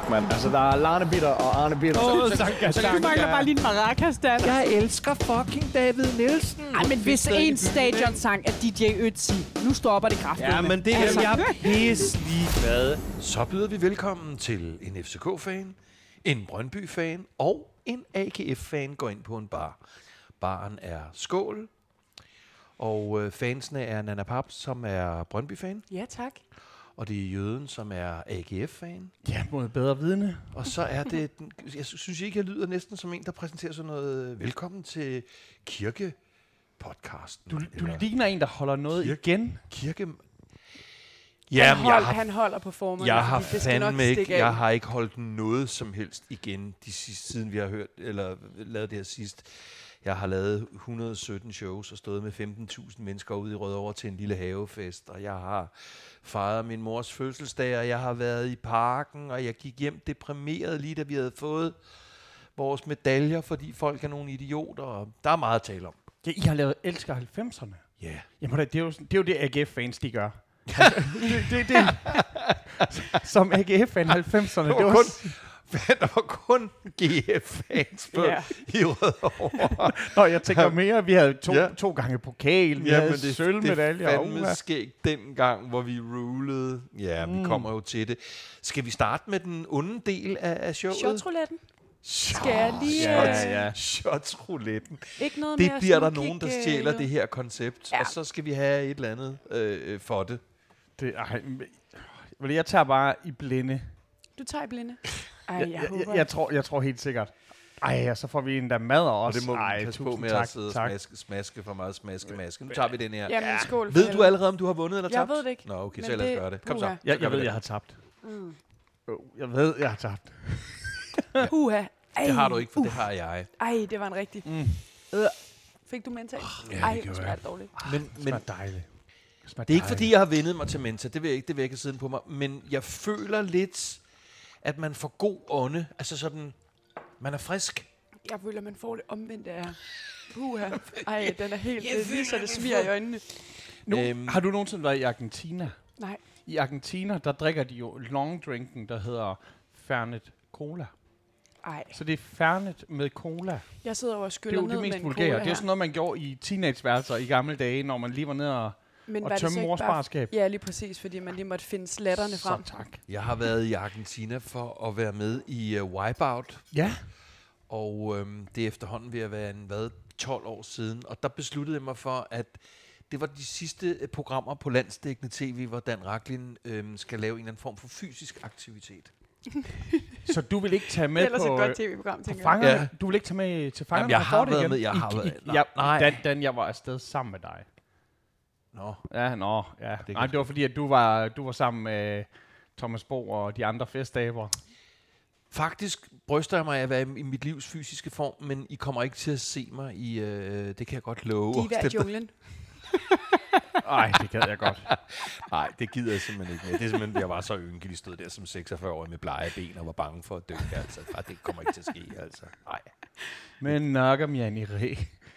fuck, mand. Altså, der er Larne Bitter og Arne Bitter. Du mangler bare lige en maracas, Dan. Jeg elsker fucking David Nielsen. Ej, men hvis en stadionsang er DJ Ötzi, nu stopper det kraftigt. Ja, men det er jeg pisselig glad. Så byder vi velkommen til en FCK-fan, en Brøndby-fan og en AGF-fan går ind på en bar. Baren er Skål, og fansene er Nana Paps, som er Brøndby-fan. Ja, tak. Og det er Jøden, som er AGF-fan. Ja, mod bedre vidne. Og så er det... Jeg synes ikke, jeg lyder næsten som en, der præsenterer sådan noget... Velkommen til kirke-podcasten. Du ligner en, der holder noget igen. Kirke... Jamen, han holder på formen. Jeg har ikke holdt noget som helst igen siden vi har hørt eller lavet det her sidst. Jeg har lavet 117 shows og stået med 15.000 mennesker ude i Rødovre til en lille havefest, og jeg har fejret min mors fødselsdag, og jeg har været i parken, og jeg gik hjem deprimeret lige da vi havde fået vores medaljer, fordi folk er nogle idioter, og der er meget at tale om. Ja, I har lavet Elsker 90'erne. Ja. Yeah. Jamen, det er jo det AGF-fans, de gør. det. Som AGF-fan 90'erne. Der var kun GF-fans i Rødovre. Nå, jeg tænker mere, vi havde to gange pokal, vi havde sølvmedaljer. Det er fandme skægt dengang, hvor vi rulede. Ja, vi kommer jo til det. Skal vi starte med den onde del af showet? Shotsrouletten. Skal jeg lige... Ja. Shotsrouletten. Ikke noget det mere bliver der nogen, der stjæler det her koncept, og så skal vi have et eller andet for det. Jeg tager bare i blinde. Du tager i blinde? Jeg tror helt sikkert. Ej, så får vi en der mad også. Og det må vi passe på med at sidde og smaske for meget maske. Nu tager vi den her. Jamen, skål. Ved du allerede, om du har vundet eller tabt? Jeg ved det ikke. Nå, okay, så lad os gøre det. Kom så. Jeg ved, jeg har tabt. Jeg ved, jeg har tabt. Det har du ikke, for det har jeg. Ej, det var en rigtig... Fik du mental? Ej, det smager dårligt. Men det smager dejligt. Det er ikke, fordi jeg har vendet mig til mental. Det vil jeg ikke siden på mig. Men jeg føler lidt, at man får god ånde. Altså sådan, man er frisk. Jeg føler, man får det omvendt af... Ej, den er helt... Det lige så det sviger i øjnene. Har du nogensinde været i Argentina? Nej. I Argentina, der drikker de jo longdrinken, der hedder Fernet Cola. Ej. Så det er Fernet med cola. Jeg sidder og skyller ned med en cola. Det er jo det mest vulgære. Det er sådan noget, man gjorde i teenageværelser i gamle dage, når man lige var nede og tømme mors barskab. Ja, lige præcis, fordi man lige måtte finde slatterne frem. Så tak. Jeg har været i Argentina for at være med i Wipeout. Ja. Og det er efterhånden ved at være 12 år siden. Og der besluttede jeg mig for, at det var de sidste programmer på landsdækkende tv, hvor Dan Rachlin skal lave en eller anden form for fysisk aktivitet. Så du vil ikke tage med på... Det er ellers et godt tv-program, tænker jeg. Ja. Du vil ikke tage med til fangerne? Jamen, jeg har været med. Nej. Dan, jeg var afsted sammen med dig. Nå. Ja. Nej, det var fordi, at du var sammen med Thomas Bo og de andre festaber. Faktisk bryster jeg mig af at være i mit livs fysiske form, men I kommer ikke til at se mig i... det kan jeg godt love. De er i junglen. Ej, det gad jeg godt. Nej, det gider jeg simpelthen ikke med. Det er simpelthen, jeg var så ynkelig, stod der som 46-årig med blege ben og var bange for at dø. Altså, det kommer ikke til at ske, altså. Nej. Men nok om Jan i Ræ.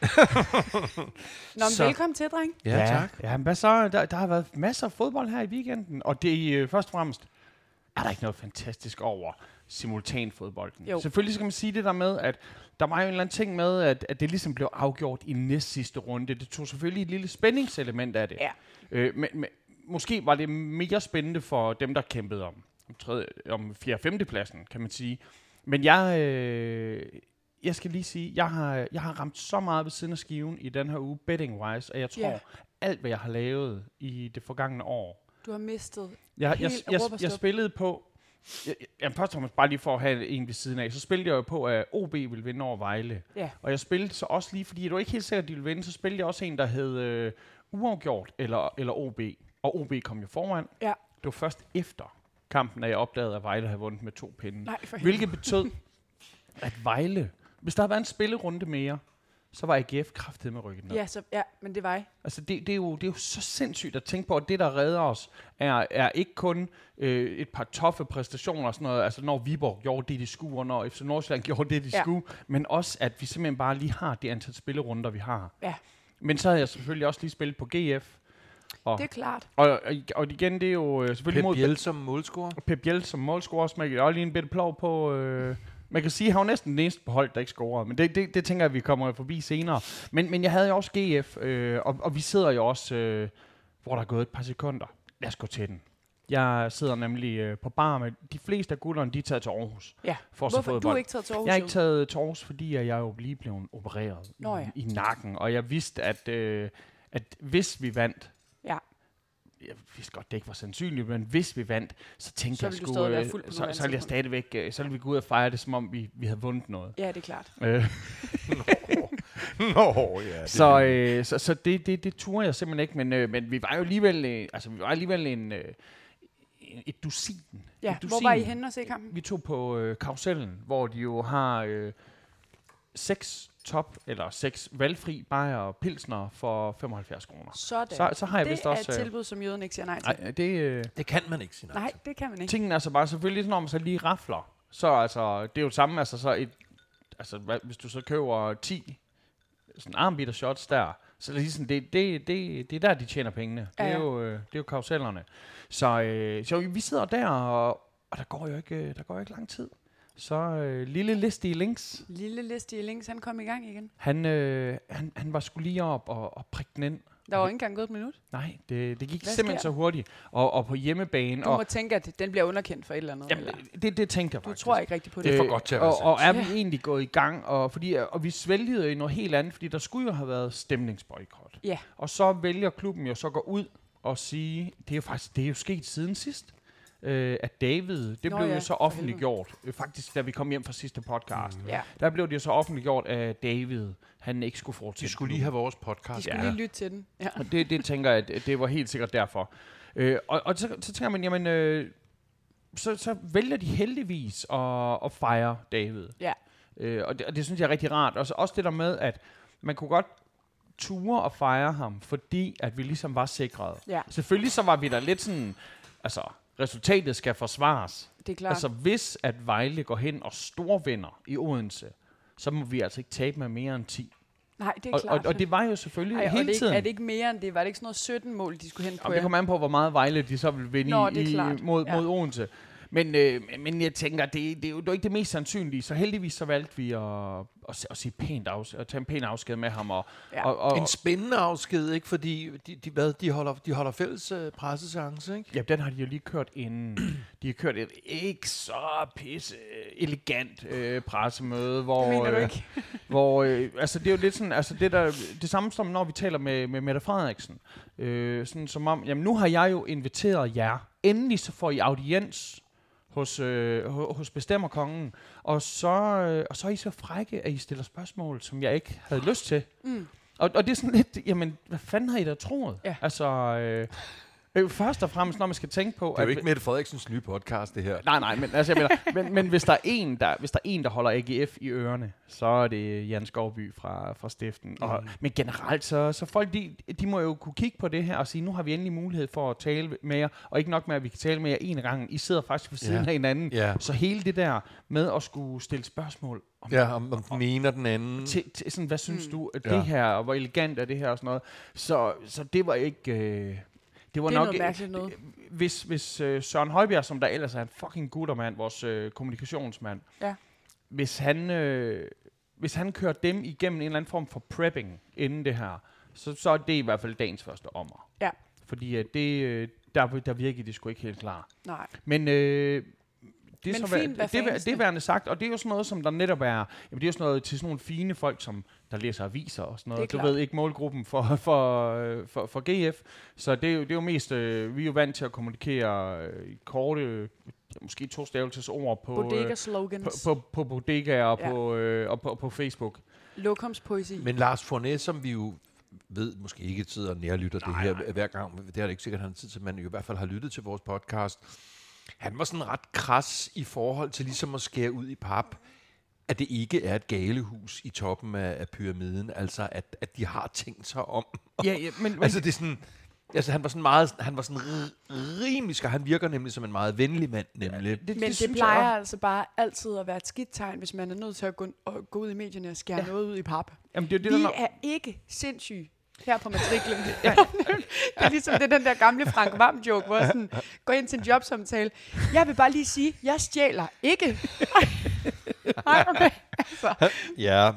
Velkommen til, dreng. Ja, tak. Ja, hvad så? Der har været masser af fodbold her i weekenden, og det er først og fremmest, er der ikke noget fantastisk over simultanfodbolden? Jo. Selvfølgelig skal man sige det der med, at der var jo en eller anden ting med, at det ligesom blev afgjort i næst sidste runde. Det tog selvfølgelig et lille spændingselement af det. Ja. Men måske var det mere spændende for dem, der kæmpede om 4. og 5. pladsen, kan man sige. Men jeg skal lige sige, jeg har ramt så meget ved siden af skiven i den her uge, betting-wise, at jeg tror, alt hvad jeg har lavet i det forgangne år. Du har mistet jeg spillede på... Først og fremmest bare lige for at have en ved siden af, så spillede jeg jo på, at OB ville vinde over Vejle. Ja. Og jeg spillede så også lige, fordi jeg var ikke helt sikker, at de ville vinde, så spillede jeg også en, der hed uafgjort eller OB. Og OB kom jo foran. Ja. Det var først efter kampen, at jeg opdagede, at Vejle havde vundet med 2 pinde. Hvilket betød, at Vejle, hvis der havde været en spillerunde mere, så var AGF kraftet med ryggen ned. Ja, men det var jeg. Altså det er jo så sindssygt at tænke på, at det, der redder os, er ikke kun et par toffe præstationer og sådan noget, altså når Viborg gjorde det, de skulle, og når FC Nordsjælland gjorde det, de skulle, men også, at vi simpelthen bare lige har det antal spillerunder, vi har. Ja. Men så havde jeg selvfølgelig også lige spillet på GF, Det er klart. Og igen, det er jo selvfølgelig Pep Biel som målscorer. Pep Biel som målscorer, som jeg også lige en bitte plov på. Man kan sige, at han var næsten den eneste på hold, der ikke scorede. Men det tænker jeg, vi kommer forbi senere. Men jeg havde jo også GF, og vi sidder jo også, hvor der er gået et par sekunder. Lad os gå til den. Jeg sidder nemlig på bar med de fleste af gutterne, de er taget til Aarhus. Ja. Hvorfor du er ikke taget til Aarhus? Jeg er ikke taget til Aarhus, fordi jeg er jo lige blevet opereret i nakken. Og jeg vidste, at hvis vi vandt, jeg vidste godt, det ikke var sandsynligt, men hvis vi vandt, så tænkte jeg sgu, så ville jeg stadigvæk, så ville vi gå ud og fejre det, som om vi havde vundet noget. Ja, det er klart. Ja. Så det turde jeg simpelthen ikke, men vi var jo alligevel et dusin. Ja, hvor var I henne og se kampen? Vi tog på Karusellen, hvor de jo har 6 valgfri bajer og pilsner for 75 kroner. Sådan. Så har jeg vist også... Det er et tilbud, som jøden ikke siger nej til. Nej, det kan man ikke sige nej til. Nej, det kan man ikke. Tingen er så bare selvfølgelig, når man så lige rafler, så altså, det er jo det samme, hvis du så køber 10 sådan armbitter shots der, så det er sådan, det er der, de tjener pengene. Ja. Det er jo karusellerne. Så vi sidder der, og der går jo ikke lang tid. Så lille listige links. Lille listige links, han kom i gang igen. Han var sgu lige op og prikke den ind. Der var ikke engang gået et minut. Nej, det gik simpelthen så hurtigt. Og på hjemmebane. Du må tænke, at den bliver underkendt for et eller andet. Jamen, det tænkte jeg faktisk. Du tror ikke rigtigt på det. Det er for godt til at være sandt. Og er vi egentlig gået i gang? Og vi svælgede i noget helt andet, fordi der skulle jo have været stemningsboykot. Ja. Og så vælger klubben jo så at gå ud og sige, det er jo sket siden sidst. At David, blev jo så offentliggjort, faktisk da vi kom hjem fra sidste podcast, der blev det jo så offentliggjort, at David, han ikke skulle fortsætte. De skulle lige have vores podcast. De skulle lige lytte til den. Ja. Og det tænker jeg, at det var helt sikkert derfor. Og så tænker man, jamen, så vælger de heldigvis at fejre David. Ja. Og det synes jeg er rigtig rart. Og så også det der med, at man kunne godt ture og fejre ham, fordi at vi ligesom var sikret. Ja. Selvfølgelig så var vi der lidt sådan, altså... Resultatet skal forsvares. Det er klart. Altså hvis at Vejle går hen og storvinder i Odense, så må vi altså ikke tabe med mere end 10. Nej, det er klart. Og det var jo selvfølgelig hele tiden. Er det ikke mere end det? Var det ikke sådan noget 17 mål, de skulle hen på? Det kommer an på, hvor meget Vejle de så vil vinde mod Odense. Men jeg tænker, det er jo ikke det mest sandsynlige, så heldigvis så valgte vi at sige at tage en pæn afsked med ham. Og en spændende afsked, ikke? Fordi de holder fælles presseseance, ikke? Ja, den har de jo lige kørt inden. De har kørt et ikke så pisse elegant pressemøde, hvor... Det mener du ikke? hvor altså det er jo lidt sådan, altså det samme som når vi taler med Mette Frederiksen. Sådan som om, jamen nu har jeg jo inviteret jer. Endelig så får I audiens hos bestemmerkongen, og så er I så frække, at I stiller spørgsmål, som jeg ikke havde lyst til. Mm. Og det er sådan lidt, jamen, hvad fanden har I da troet? Ja. Altså, først og fremmest, når man skal tænke på... Det er jo ikke Mette Frederiksens nye podcast, det her. Nej, men altså, jeg mener, men hvis der er en, der holder AGF i ørerne, så er det Jan Skovby fra Stiften. Men generelt, så folk, de må jo kunne kigge på det her og sige, nu har vi endelig mulighed for at tale med jer, og ikke nok med, at vi kan tale med jer en gang. I sidder faktisk ved siden af hinanden. Yeah. Så hele det der med at skulle stille spørgsmål om den ene og den anden. Til sådan, hvad synes du, at det her, og hvor elegant er det her og sådan noget. Så det var ikke... Det var nok noget. Hvis Søren Højbjerg, som der ellers er en fucking guttermand, vores kommunikationsmand, hvis han kører dem igennem en eller anden form for prepping inden det her, så er det i hvert fald dagens første ommer. Ja. Fordi der virkede det sgu ikke helt klar. Nej. Men det er værende sagt, og det er jo sådan noget, som der netop er, jamen det er jo sådan noget til sådan nogle fine folk, som der læser aviser og sådan noget. Du ved ikke målgruppen for GF, så det er jo mest, vi er jo vant til at kommunikere korte, måske 2-stavelses ord på bodega-slogans. På bodegaer og på Facebook. Lokumspoesi. Men Lars Fournet, som vi jo ved, måske ikke sidder og nærlytter det her hver gang, det er det ikke sikkert, han har tid til, men i hvert fald har lyttet til vores podcast. Han var sådan ret kras i forhold til ligesom at skære ud i pap, at det ikke er et galehus i toppen af pyramiden, altså at de har tænkt sig om. Men altså det er sådan, altså han var sådan rimelig skar. Han virker nemlig som en meget venlig mand, nemlig. Men det plejer altså bare altid at være et skidt tegn, hvis man er nødt til at gå ud i medierne og skære noget ud i pap. Jamen, vi er ikke sindssyge. Her på matriklen. Det er ligesom den der gamle Frank Vam-joke, hvor sådan, går ind til en jobsamtale. Jeg vil bare lige sige, jeg stjæler ikke. Nej, okay. Altså. Ja,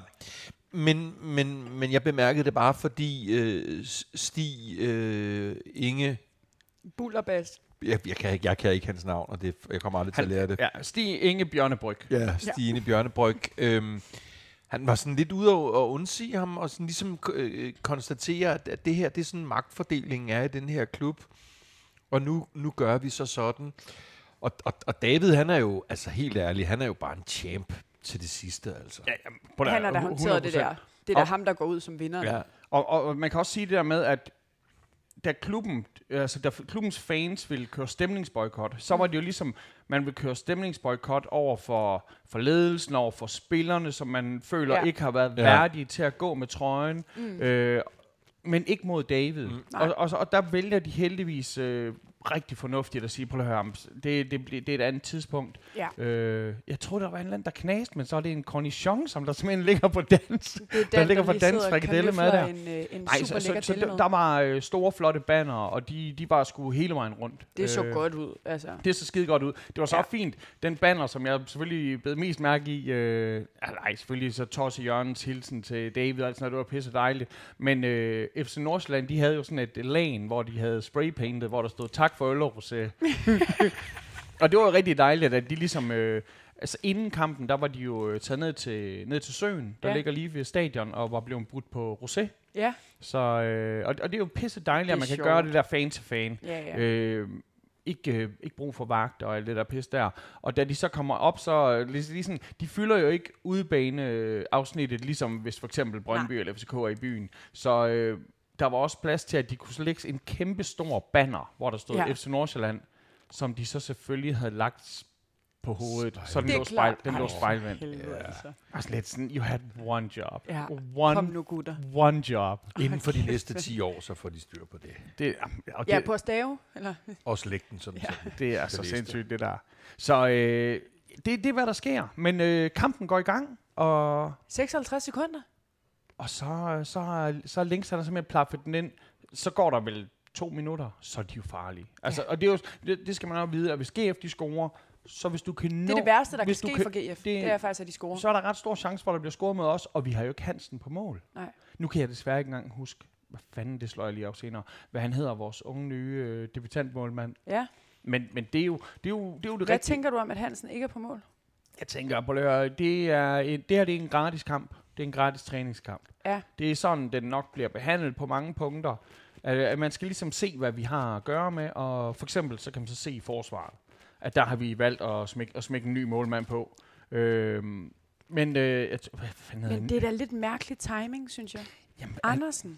men jeg bemærkede det bare, fordi Stig Inge... Bullerbas. Jeg kan ikke hans navn, og jeg kommer aldrig til at lære det. Ja, Stig Inge Bjørnebryg. Ja, Stig Inge Bjørnebryg. Han var sådan lidt ude at undsige ham, og sådan ligesom konstatere, at det her, det er sådan magtfordelingen er i den her klub. Og nu gør vi så sådan. Og David, han er jo, altså helt ærligt, han er jo bare en champ til det sidste, altså. Ja, Han har da håndteret 100%. Det der. Det er da ham, der går ud som vinder. Ja. Og man kan også sige det der med, at da klubbens fans ville køre stemningsboykot, så var det jo ligesom, man vil køre stemningsboykot over for ledelsen, over for spillerne, som man føler ikke har været værdige til at gå med trøjen, men ikke mod David. Og der vælger de heldigvis rigtig fornuftigt at sige, prøv at høre, det er et andet tidspunkt. Ja. Jeg troede, der var en eller anden, der knaste, men så er det en cornichon, som der simpelthen ligger på dans. Der ligger på dans frikadelle med der. Så der var store, flotte banner, og de var sgu hele vejen rundt. Det så godt ud, altså. Det så skide godt ud. Det var så fint. Den banner, som jeg selvfølgelig blev mest mærke i, selvfølgelig så Tosse Jørgens hilsen til David, og sådan noget, det var pisse dejligt. Men FC Nordsjælland, de havde jo sådan et lag, hvor de havde spraypaintet, hvor der stod tak for øl og rosé. Og det var jo rigtig dejligt, at de ligesom... altså inden kampen, der var de jo taget ned til søen, der ligger lige ved stadion, og var blevet brudt på rosé. Ja. Så, og det er jo pisse dejligt, at man kan gøre det der fan til fan. Ja. Ikke brug for vagt og alt det der pis der. Og da de så kommer op, så ligesom, de fylder jo ikke udebane-afsnittet, ligesom hvis for eksempel Brøndby eller FCK er i byen. Så der var også plads til, at de kunne lægge en kæmpe stor banner, hvor der stod FC Nordsjælland, som de så selvfølgelig havde lagt på hovedet. Så den lå spejlvendt. Altså lidt sådan, you had one job. Ja. Kom nu, gutter. One job. Inden for de næste 10 år, så får de styr på det. På at stave? Eller? Også lægge den sådan. Det er så sindssygt, det der. Så det er, hvad der sker. Men kampen går i gang. Og 56 sekunder. Og så Links han simpelthen plaffet den ind. Så går der vel 2 minutter, så er de jo farlige. Altså, og det, er jo, det skal man jo vide, at hvis GF de scorer, så hvis du kan nå... Det er det værste, der kan ske for GF. Det er faktisk, at de scorer. Så er der ret stor chance for, at der bliver scoret med os, og vi har jo ikke Hansen på mål. Nej. Nu kan jeg desværre ikke engang huske, hvad fanden, det slår jeg lige op senere, hvad han hedder, vores unge nye debutantmålmand. Ja. Men det er jo det rigtige. Hvad tænker du om, at Hansen ikke er på mål? Jeg tænker på det her er en gratis kamp. Det er en gratis træningskamp. Ja. Det er sådan, den nok bliver behandlet på mange punkter. At man skal ligesom se, hvad vi har at gøre med, og for eksempel så kan man så se i forsvaret, at der har vi valgt at smække en ny målmand på. Men det er da lidt mærkelig timing, synes jeg. Jamen, Andersen.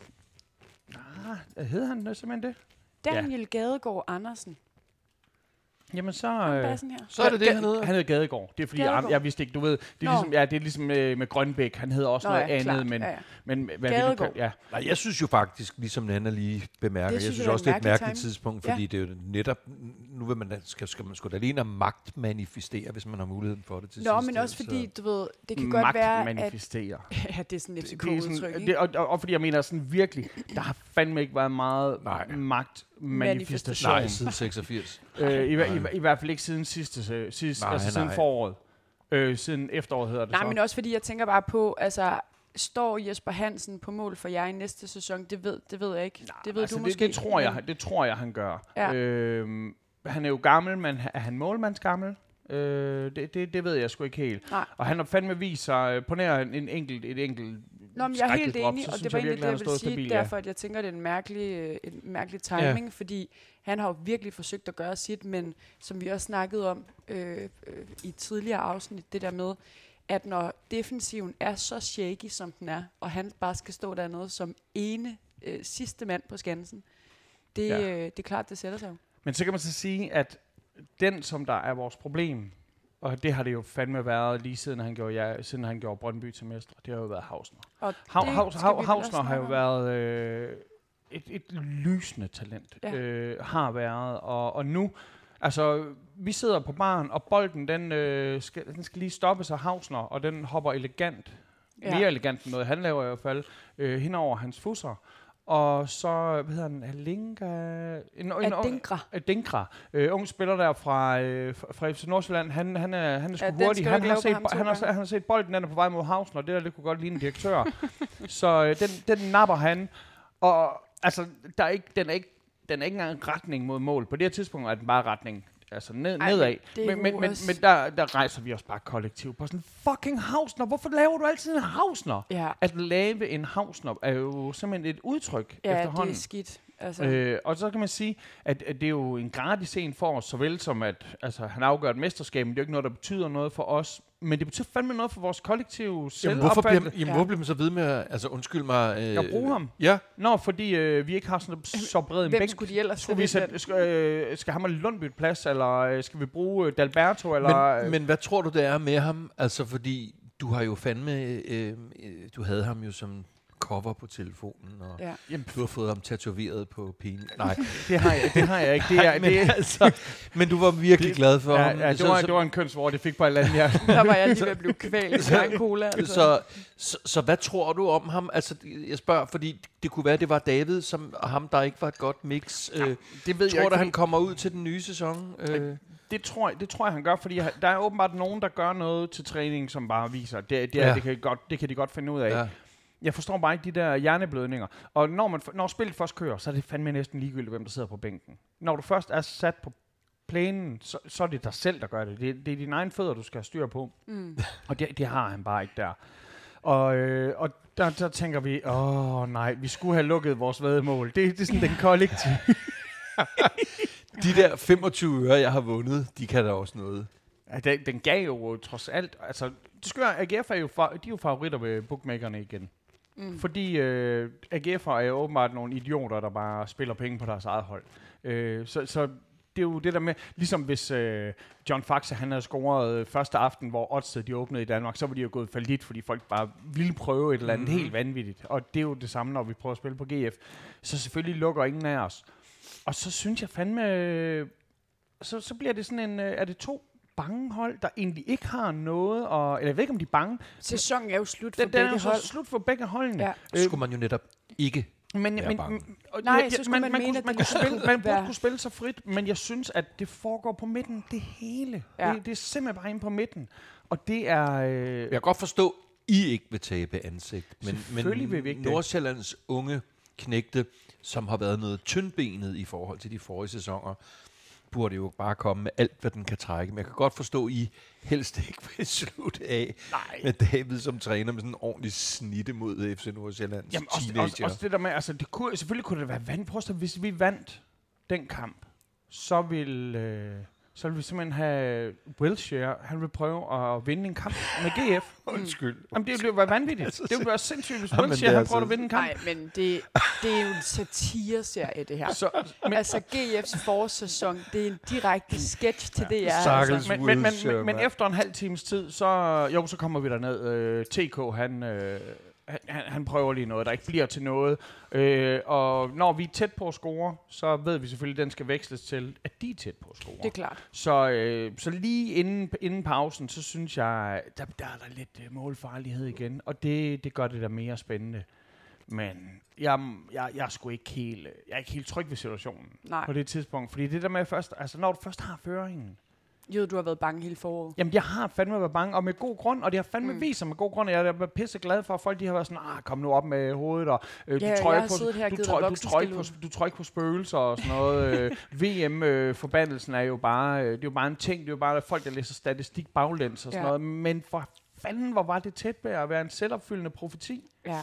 Hedder han simpelthen det? Daniel Gadegaard Andersen. Jamen så så er det han hedder. Han hedder Gadegaard. Det er fordi jeg vidste ikke, du ved, det er ligesom med Grønbæk. Han hedder også noget andet, men hvad Gadegaard. Nej, jeg synes jo faktisk, ligesom Nana lige bemærker, jeg synes også det er et mærkeligt tidspunkt, fordi det er jo netop nu vil skal man sgu da lige magt manifestere, hvis man har muligheden for det til sidst. Men også fordi du ved, det kan godt være at manifestere. Ja, det er sådan et FCK-udtryk. Og fordi jeg mener sådan virkelig, der har fandme ikke været meget magt manifestation. Nej, siden 86. I hvert fald ikke siden siden foråret. Siden efteråret hedder det så. Nej, men også fordi jeg tænker bare på, altså står Jesper Hansen på mål for jer i næste sæson? Det ved jeg ikke. Nej, det ved altså du måske. Det tror jeg han gør. Ja. Han er jo gammel, men er han målmandsgammel? Det ved jeg sgu ikke helt. Nej. Og han har fandme vist sig på nær et enkelt Nå, men jeg er helt enig, og det var egentlig det, jeg ville sige, derfor at jeg tænker, det er en mærkelig timing, fordi han har jo virkelig forsøgt at gøre sit, men som vi også snakkede om i et tidligere afsnit, det der med, at når defensiven er så shaky, som den er, og han bare skal stå dernede som sidste mand på skansen, det er klart, det sætter sig jo. Men så kan man så sige, at den, som der er vores problem, og det har det jo fandme været lige siden han gjorde Brøndby til mestre. Det har jo været Hausner. Hausner har jo været et lysende talent. Ja. Har været. Og nu, altså, vi sidder på baren, og bolden, den skal lige stoppes af Hausner, og den hopper elegant. Mere elegant end noget, han laver i hvert fald, hen over hans fusser. og så, hvad hedder han, Adinkra. Ung spiller der fra FC Nordsjælland. Han er sgu hurtig. Han har set bolden, den er på vej mod Havsen, og det kunne godt ligne en direktør. Så den napper han. Og altså, den er ikke engang retning mod mål. På det her tidspunkt er den bare retning. Altså nedad. Men der rejser vi os bare kollektivt på sådan fucking Hausner. Hvorfor laver du altid en Hausner? Ja. At lave en Hausner er jo simpelthen et udtryk efterhånden. Ja, det er skidt. Altså. Og så kan man sige, at det er jo en gratis scene for os, såvel som at han afgør et mesterskab, men det er jo ikke noget, der betyder noget for os. Men det betyder fandme noget for vores kollektive selvopfattelse. Hvorfor bliver man så ved med at, undskyld mig... at bruge ham? Ja. Nå, fordi vi ikke har sådan så bred en bænk. Hvem skulle de ellers skal ham og Lund bytte plads, eller skal vi bruge Dalberto? Eller men hvad tror du, det er med ham? Altså, fordi du har jo fandme... du havde ham jo som cover på telefonen, og du har fået ham tatoveret på pigen. Nej, det har jeg ikke. Men du var virkelig glad for ham. Ja, det var en kønsvord, det fik på et eller andet. Der var jeg lige ved at blive kvalt i en cola. Altså. Så hvad tror du om ham? Altså, jeg spørger, fordi det kunne være, det var David, og ham, der ikke var et godt mix. Det ved tror du, han kommer ud til den nye sæson? Det tror jeg, han gør, fordi der er åbenbart nogen, der gør noget til træning, som bare viser, det kan de godt finde ud af. Ja. Jeg forstår bare ikke de der hjerneblødninger. Og når spillet først kører, så er det fandme næsten ligegyldigt, hvem der sidder på bænken. Når du først er sat på plænen, så er det dig selv, der gør det. Det er dine egne fødder, du skal have styr på. Mm. Og det har han bare ikke der. Og der tænker vi, nej, vi skulle have lukket vores væddemål. Det er sådan den kollektiv. De der 25 øre, jeg har vundet, de kan da også noget. Ja, den gav jo trods alt. Altså, det skal være, AGF er jo favoritter ved bookmakerne igen. Mm. Fordi AGF'er er jo åbenbart nogle idioter, der bare spiller penge på deres eget hold. Så det er jo det der med, ligesom hvis John Faxe, han havde scoret første aften, hvor oddset de åbnede i Danmark, så var de jo gået fallit, fordi folk bare ville prøve et eller andet helt vanvittigt. Og det er jo det samme, når vi prøver at spille på GF. Så selvfølgelig lukker ingen af os. Og så synes jeg fandme, så bliver det sådan en, er det 2 bange hold, der egentlig ikke har noget, eller jeg ved ikke, om de er bange. Sæsonen er jo slut for begge hold. Den er jo slut for begge holdene. Ja. Skulle man jo netop ikke være bange. Så skulle man mene, at man burde kunne spille sig frit, men jeg synes, at det foregår på midten, det hele. Ja. Det er simpelthen bare inde på midten. Og det er... Jeg kan godt forstå, I ikke vil tabe ansigt, men vil vi ikke Nordsjællands unge knægte, som har været noget tyndbenet i forhold til de forrige sæsoner, burde jo bare komme med alt, hvad den kan trække. Men jeg kan godt forstå, at I helst ikke vil slutte af med David som træner med sådan en ordentlig snitte mod FC Nordsjællands teenager. Også det der med, altså selvfølgelig kunne det være vand. Prøv at hvis vi vandt den kamp, så vil vi simpelthen have Wilshere, han vil prøve at vinde en kamp med GF. Undskyld. Jamen, det ville være vanvittigt. Det ville være sindssygt, hvis Wilshere han prøver at vinde en kamp. Nej, men det er jo en satireserie, det her. Altså, GF's forårssæson, det er en direkte sketch til det, altså. Men efter en halv times tid, så kommer vi derned. TK, han prøver lige noget, der ikke bliver til noget. Og når vi er tæt på at score, så ved vi selvfølgelig, at den skal veksles til, at de er tæt på at score. Det er klart. Så lige inden pausen, så synes jeg, der er der lidt målfarlighed igen. Og det gør det da mere spændende. Men jeg er sgu ikke helt tryg ved situationen på det tidspunkt. Fordi det der med først, altså når du først har føringen, Jo, du har været bange hele foråret. Jamen, jeg har fandme været bange, og med god grund, og det har fandme vist sig med god grund. Jeg er pisse glad for, at folk de har været sådan, kom nu op med hovedet, og du tror ikke på spøgelser og sådan noget. VM-forbandelsen er jo bare, det er jo bare en ting, det er jo bare folk, der læser statistik baglæns og sådan noget. Men for fanden, hvor var det tæt ved at være en selvopfyldende profeti. Ja.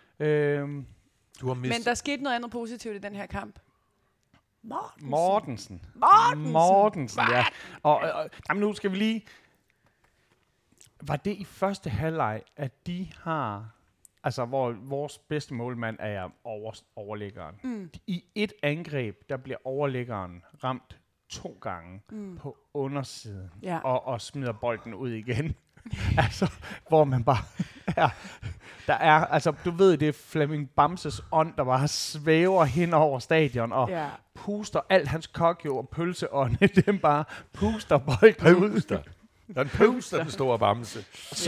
Men der skete noget andet positivt i den her kamp. Mortensen, ja. Og jamen, nu skal vi lige... Var det i første halvleg, at de har... Altså, hvor vores bedste målmand er overliggeren. I et angreb, der bliver overliggeren ramt 2 gange på undersiden. Ja. Og smider bolden ud igen. Altså, hvor man bare... Der er, altså, du ved, det er Flemming Bamses ånd, der bare svæver hen over stadion og puster alt hans kokjo og pølseånde, dem bare puster bolden ud. Der er en pøs, der er den store bamse.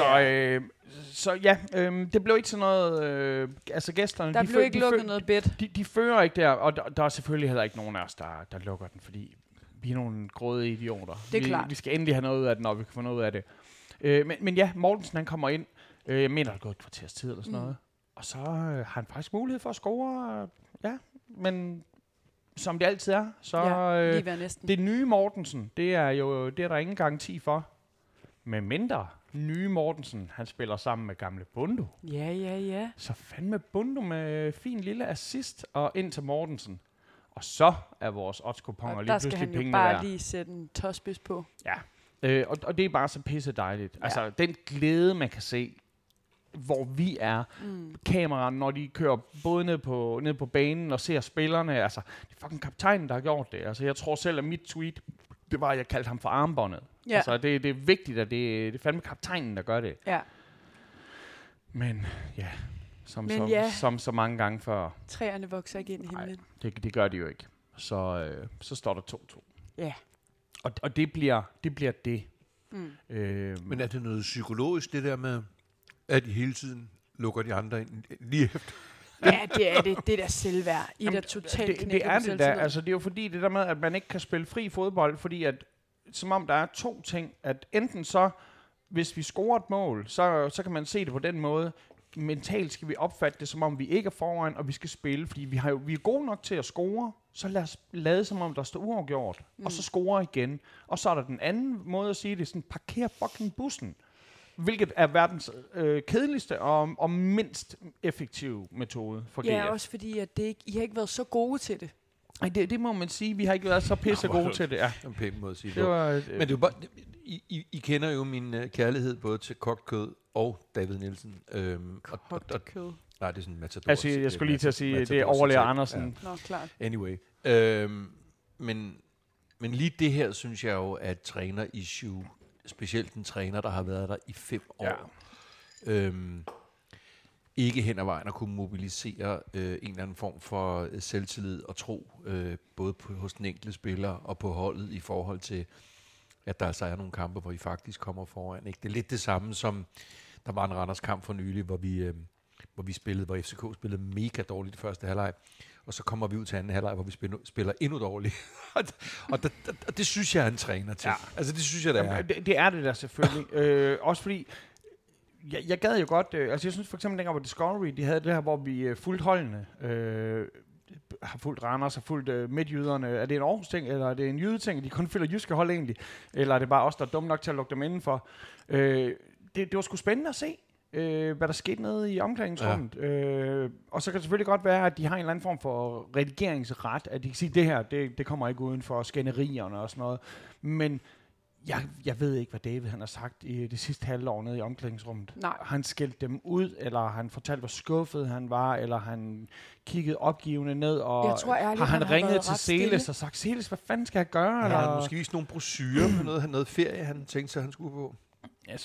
Så ja, det blev ikke sådan noget... altså gæsterne... Der blev ikke lukket noget bedt. De fører ikke der, og der er selvfølgelig heller ikke nogen af os, der lukker den, fordi vi er nogle grådige idioter. Det er klart. Vi skal endelig have noget ud af den, når vi kan få noget ud af det. Men ja, Mortensen han kommer ind. Jeg mener, der er gået et kvarters tid eller sådan noget. Og så har han faktisk mulighed for at score. Ja, men som det altid er, så det nye Mortensen, det er der ingen garanti for. Med mindre nye Mortensen, han spiller sammen med gamle Bundo. Ja. Så fandme Bundo med fin lille assist og ind til Mortensen. Og så er vores odds-kuponer lige pludselig penge værd. Der skal han jo bare lige sætte en tåspids på. Ja, og det er bare så pisse dejligt. Ja. Altså, den glæde, man kan se, hvor vi er. Kameraerne, når de kører både ned på banen og ser spillerne. Altså, det er fucking kaptajnen, der har gjort det. Altså, jeg tror selv, at mit tweet, det var, at jeg kaldte ham for armbåndet. Ja. Altså, det er vigtigt, at det er fandme kaptajnen, der gør det. Ja. Men ja, som så mange gange før. Træerne vokser ikke ind i himlen. Det gør de jo ikke. Så står der 2-2. Ja. Og det bliver det. Men er det noget psykologisk, det der med, at de hele tiden lukker de andre ind lige efter? Ja, det er det. Det der selvværd. I der totalt knækker det er det der. Altså, det er jo fordi det der med, at man ikke kan spille fri fodbold, fordi at, som om der er to ting, at enten så, hvis vi scorer et mål, så kan man se det på den måde. Mentalt skal vi opfatte det, som om vi ikke er foran, og vi skal spille, fordi vi er gode nok til at score, så lad os lade som om, der står uafgjort, og så score igen. Og så er der den anden måde at sige det, sådan parker fucking bussen. Hvilket er verdens kedeligste og mindst effektive metode for GF. Ja, også fordi, at I har ikke været så gode til det. Nej, det må man sige. Vi har ikke været så pisse gode til det. Ja. En pæn måde at sige det. Men det er jo bare, I kender jo min kærlighed både til kogt kød og David Nielsen. Kogt kød? Nej, det er sådan en matador. Altså, jeg skulle lige til at sige, det er overlærer Andersen. Ja. Nå, klart. Anyway. Men lige det her, synes jeg jo, at træner-issue, specielt en træner, der har været der i 5 år, ikke hen ad vejen at kunne mobilisere en eller anden form for selvtillid og tro, både hos den enkelte spiller og på holdet i forhold til, at der altså er nogle kampe, hvor I faktisk kommer foran. Ikke? Det er lidt det samme som, der var en Randers kamp for nylig, hvor FCK spillede mega dårligt i første halvleg, og så kommer vi ud til anden halvleg, hvor vi spiller endnu dårligt. og det synes jeg er en træner til. Ja. Altså det synes jeg, det er. Det er det der selvfølgelig. Også fordi, jeg gad jo godt, altså jeg synes for eksempel dengang på Discovery, de havde det her, hvor vi fulgte holdene, har fulgt Randers, har fulgt midtjyderne. Er det en Aarhus ting, eller er det en jydeting, de kun følger jyske hold egentlig? Eller er det bare os, der er dumme nok til at lukke dem indenfor? Det var sgu spændende at se, hvad der skete nede i omklædningsrummet. Ja. Og så kan det selvfølgelig godt være, at de har en eller anden form for redigeringsret, at de kan sige, at det her, det kommer ikke uden for skænderierne og sådan noget. Men jeg ved ikke, hvad David han har sagt i det sidste halvår nede i omklædningsrummet. Nej. Han skældte dem ud, eller han fortalte, hvor skuffet han var, eller han kiggede opgivende ned, og jeg tror, ærligt, har han ringet til Celes og sagt, Celes, hvad fanden skal jeg gøre? Ja, han måske vist nogle brochurer på noget ferie, han tænkte sig, han skulle på. Ja,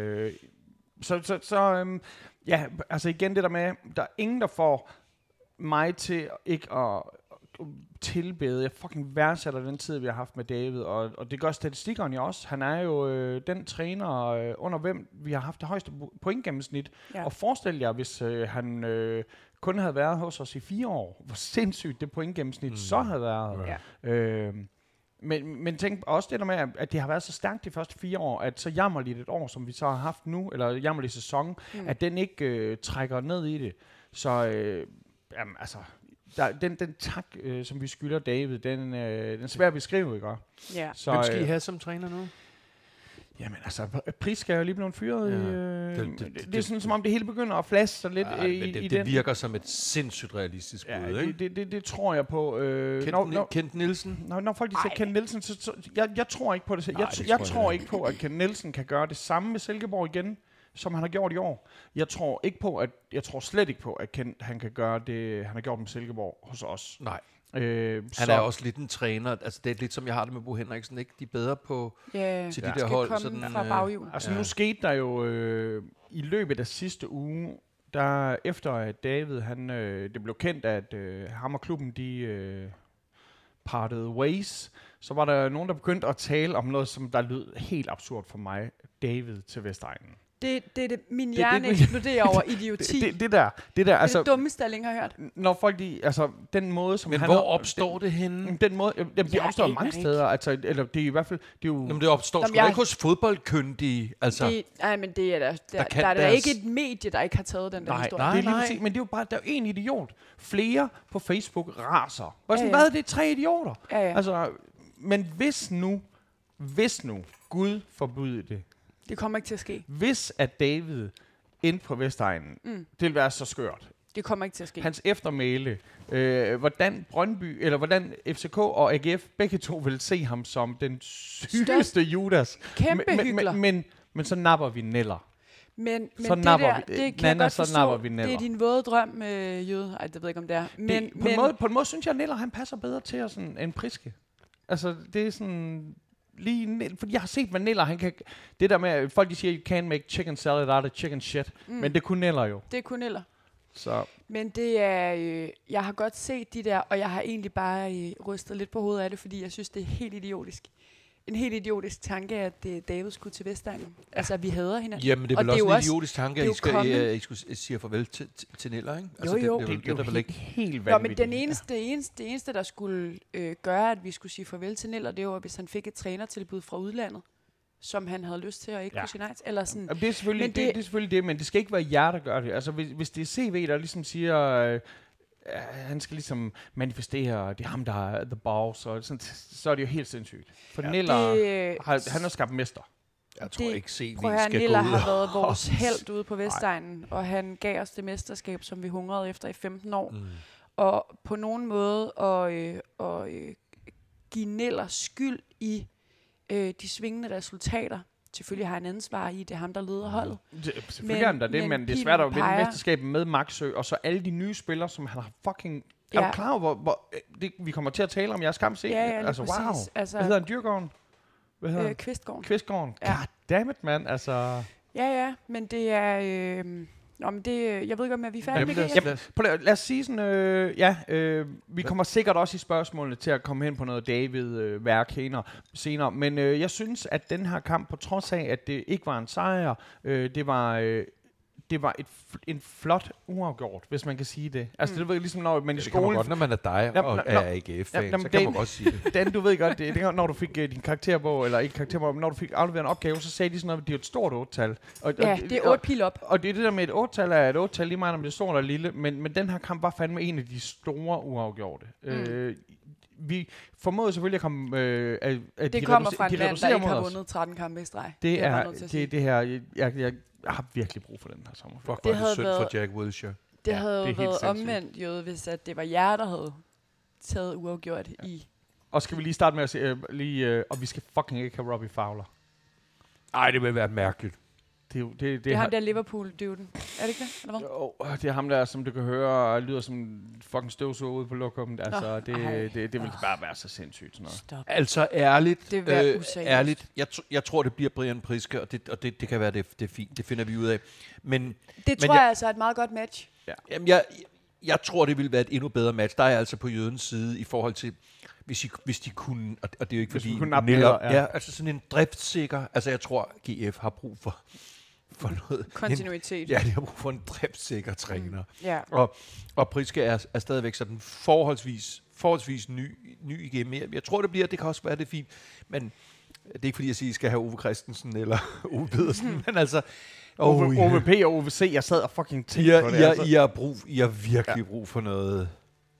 ja, altså igen det der med, der er ingen, der får mig til ikke at tilbede. Jeg fucking værdsætter den tid, vi har haft med David, og det gør statistikkerne jo også. Han er jo den træner, under hvem vi har haft det højeste pointgennemsnit. Ja. Og forestil jer, hvis han kun havde været hos os i 4 år, hvor sindssygt det pointgennemsnit så havde været. Ja. Men tænk også det der med, at det har været så stærkt de første 4 år, at så jammerligt et år, som vi så har haft nu, eller jammerlig sæson, at den ikke trækker ned i det. Så jamen, altså, den tak, som vi skylder David, den er svær at beskrive, ikke? Ja. Så, hvem skal I have som træner nu? Jamen altså, Pris skal jo lige blive fyret. Det er sådan, som om det hele begynder at flaske sig lidt i det virker som et sindssygt realistisk bud, ikke? Det tror jeg på. Kent Nielsen? Når folk siger Kent Nielsen, så jeg tror ikke på det. Jeg tror ikke på, at Kent Nielsen kan gøre det samme med Silkeborg igen, som han har gjort i år. Jeg tror slet ikke på, at Kent han kan gøre det, han har gjort med Silkeborg hos os. Nej. Han er også lidt en træner. Altså det er lidt som jeg har det med Bo Henriksen, ikke? De er bedre på til de der hold. Sådan, fra baghjul. Altså nu skete der jo i løbet af sidste uge, der efter at David det blev kendt, at ham og klubben de partede ways, så var der nogen, der begyndte at tale om noget, som der lød helt absurd for mig. David til Vestegnen. Min hjerne eksploderer over idioti. Det der, altså, det dummeste, jeg længe har hørt. Når folk, altså, den måde, som men han... hvor opstår det henne? Den måde, det opstår mange steder, altså, eller det er i hvert fald... Det er jo... Jamen, det opstår sgu ikke hos fodboldkyndige, altså... Nej, men det er der er der ikke et medie, der ikke har taget den der historie. Nej, det er lige præcis, men det er jo bare, der er jo en idiot. Flere på Facebook raser. Hvad er det? 3 idioter? Ja. Altså, men hvis nu, Gud forbyde det. Det kommer ikke til at ske. Hvis at David ind på Vestegnen, det vil være så skørt. Det kommer ikke til at ske. Hans eftermæle, hvordan Brøndby, eller hvordan FCK og AGF, begge to vil se ham som den sygeste Judas. Kæmpe hyggelig. Men så napper vi Neller. Men så det napper der, vi, det kan jeg godt forstå. Det er din våde drøm, jøde. Ej, det ved jeg ikke, om det er. Men, på en måde synes jeg, at Neller, han passer bedre til os end Priske. Altså, det er sådan... fordi jeg har set, hvad Neller, han kan... Det der med, folk de siger, you can't make chicken salad out of chicken shit. Men det kunne Neller jo. Det kunne Neller. Så. Men det er... jeg har godt set de der, og jeg har egentlig bare rystet lidt på hovedet af det, fordi jeg synes, det er helt idiotisk. En helt idiotisk tanke, at David skulle til Vestegnen. Altså, vi hader hinanden. Jamen, det er vel også en idiotisk tanke, at I skulle sige farvel til Neller, ikke? Altså, jo. Det er jo helt vanvittigt. Men det eneste, der skulle gøre, at vi skulle sige farvel til Neller, det var, hvis han fik et trænertilbud fra udlandet, som han havde lyst til, og ikke kunne sige nej til. Eller sådan. Jamen, det er selvfølgelig det, men det skal ikke være jer, der gør det. Altså, hvis det er CV, der ligesom siger... han skal ligesom manifestere, det er ham, der er the boss, og sådan, så er det jo helt sindssygt. For Neller, han har skabt mester. Jeg tror ikke, CV skal gå ud. Neller har været vores held ude på Vestegnen, og han gav os det mesterskab, som vi hungrede efter i 15 år. Og på nogen måde at give Neller skyld i de svingende resultater. Selvfølgelig har han ansvar i, det er ham, der leder holdet. Selvfølgelig er det, men det er svært at vinde mesterskabet med Maxø, og så alle de nye spillere, som han har fucking... Er du klar over, hvor vi kommer til at tale om jeres kamp se? Ja, altså, præcis. Wow. Altså, hvad hedder han? Dyrgården? Hvad hedder Kvistgården. Ja. God damn it, man. Altså... Ja, men det er... jeg ved ikke, om vi er færdige med det. Lad os sige sådan, vi kommer sikkert også i spørgsmålene til at komme hen på noget David-værk senere, men jeg synes, at den her kamp, på trods af, at det ikke var en sejr, det var en flot uafgjort, hvis man kan sige det. Altså, det var ligesom, når man i skolen... Det kan man godt, når man er dig og er AGF-fan, så kan man godt sige det. Dan, du ved godt, det når du fik din karakterbog, eller ikke karakterbog, men når du fik afleveret en opgave, så sagde de sådan noget, at det er et stort 8-tal. Det er 8 pil op. Og det det der med et 8-tal er et 8-tal, lige meget om det er stort eller lille, men den her kamp var fandme en af de store uafgjorte. Vi formåede selvfølgelig at komme... det kommer fra en mand, der ikke har vundet 13 kampe i streg. Det her... Jeg har virkelig brug for den her sommer. Fuck, det havde synd for Jack Wilshere. Det havde jo været omvendt, jo, hvis at det var jer, der havde taget uafgjort i... Og skal vi lige starte med at se, og vi skal fucking ikke have Robbie Fowler. Ej, det vil være mærkeligt. Det er ham der Liverpool-dyvden. Er det ikke det? Eller hvad? Det er ham der, som du kan høre, lyder som fucking støvsuger ude på lokummet. Altså, det vil bare være så sindssygt sådan noget. Stop. Altså ærligt, ærligt. Jeg tror, det bliver Brian Priske, og det kan være, det er fint. Det finder vi ud af. Men tror jeg altså er et meget godt match. Ja. Jamen, jeg tror, det ville være et endnu bedre match. Der er altså på jødens side i forhold til... Hvis de kunne, og det er jo ikke fordi... Altså sådan en driftssikker... Altså jeg tror, GF har brug for noget... Kontinuitet. De har brug for en driftssikker træner. Ja. Og Priske er stadigvæk sådan forholdsvis ny igen. Jeg tror, det kan også være det fint. Men det er ikke fordi, jeg siger, at I skal have Ove Christensen eller Ove Pedersen. Men altså... OVP og OVC, jeg sad og fucking tænkte på det. I har virkelig brug for noget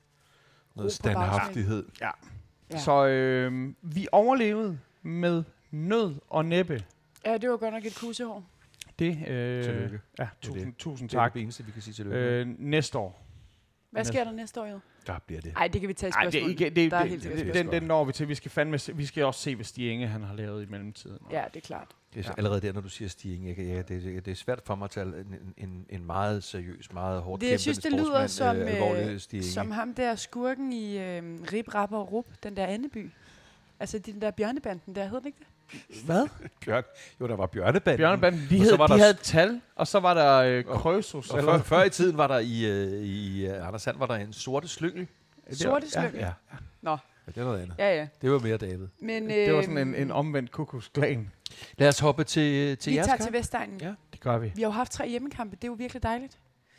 standhaftighed. Ja. Så vi overlevede med nød og næppe. Ja, det var godt nok et kusehår. Tillykke. Ja, tusind tak. Det er det eneste, vi kan sige tillykke. Næste år. Hvad sker der næste år, jo? Der bliver det. Nej, det kan vi tage i spørgsmål. Den når vi til. Vi skal også se, hvad Stig Inge han har lavet i mellemtiden. Ja, det er klart. Det er allerede der, når du siger Stig Inge. Det er svært for mig at tage en meget seriøs, meget hårdt kæmpende sportsmand. Jeg synes, det lyder som ham der skurken i Rip, Rap og Rup, den der Andeby. Altså den der bjørnebanden der, hed den ikke det? Hvad? Der var Bjørnebanden. De havde et tal, og så var der Krøsus. Og før i tiden var der i Anders Sand var der en sorte slyngel. Sorte slyngel? Ja. Nå. det er noget andet. Ja. Det var mere David. Men, det var sådan en omvendt kukusklan. Lad os hoppe til jeres Vi tager kamp. til Vestegnen. Ja, det gør vi. Vi har jo haft 3 hjemmekampe. Det er jo virkelig dejligt.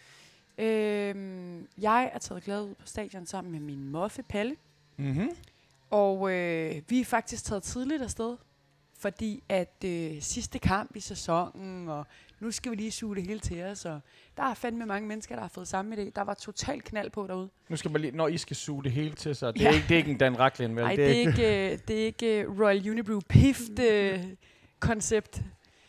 Jeg er taget glad ud på stadion sammen med min moffe, Palle. Mm-hmm. Og vi er faktisk taget tidligt afsted. Fordi at sidste kamp i sæsonen, og nu skal vi lige suge det hele til os. Og der er fandme mange mennesker, der har fået samme idé. Der var total knald på derude. Nu skal man lige, når I skal suge det hele til sig. Det er ikke en Dan Racklin, vel? Nej, det er ikke Royal Unibrew Pift-koncept.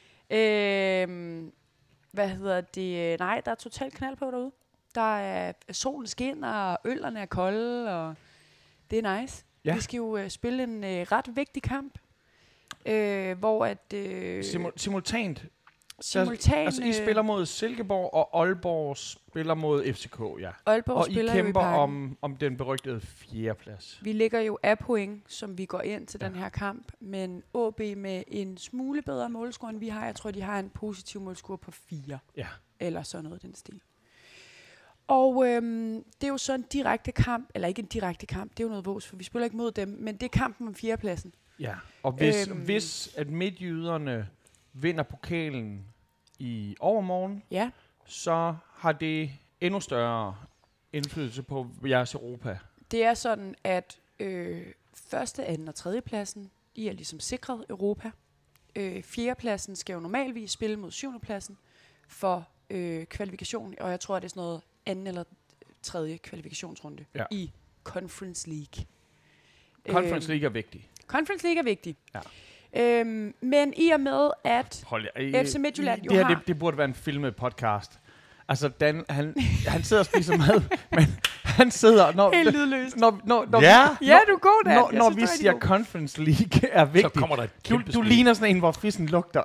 Hvad hedder det? Nej, der er total knald på derude. Der er solen skinner, og ølerne er kolde, og det er nice. Ja. Vi skal jo spille en ret vigtig kamp, hvor at... Simultant. Altså, I spiller mod Silkeborg, og Aalborg spiller mod FCK, ja. Aalborg og spiller I kæmper jo om den berygtede 4. plads. Vi ligger jo af point, som vi går ind til den her kamp, men AB med en smule bedre målscore, end vi har. Jeg tror, de har en positiv målscore på 4. Ja. Eller sådan noget den stil. Og det er jo så en direkte kamp, eller ikke en direkte kamp, det er jo noget vås, for vi spiller ikke mod dem, men det er kampen om 4. pladsen. Ja, og hvis at midtjyderne vinder pokalen i overmorgen, så har det endnu større indflydelse på jeres Europa. Det er sådan, at 1., 2. og 3. pladsen, I er ligesom sikret Europa. 4. pladsen skal jo normalvis spille mod 7. pladsen for kvalifikation, og jeg tror, at det er sådan noget 2. eller 3. kvalifikationsrunde i Conference League. Conference League er vigtig. Conference League er vigtig. Ja. Men i og med, at FC Midtjylland jo har... Det burde være en filmet podcast. Altså, Dan, han sidder og spiser mad, men han sidder... Helt lydløst. Ja, du er god, Dan. Når vi siger Conference League er vigtigt, så kommer der et kæmpe du ligner sådan en, hvor fissen lugter.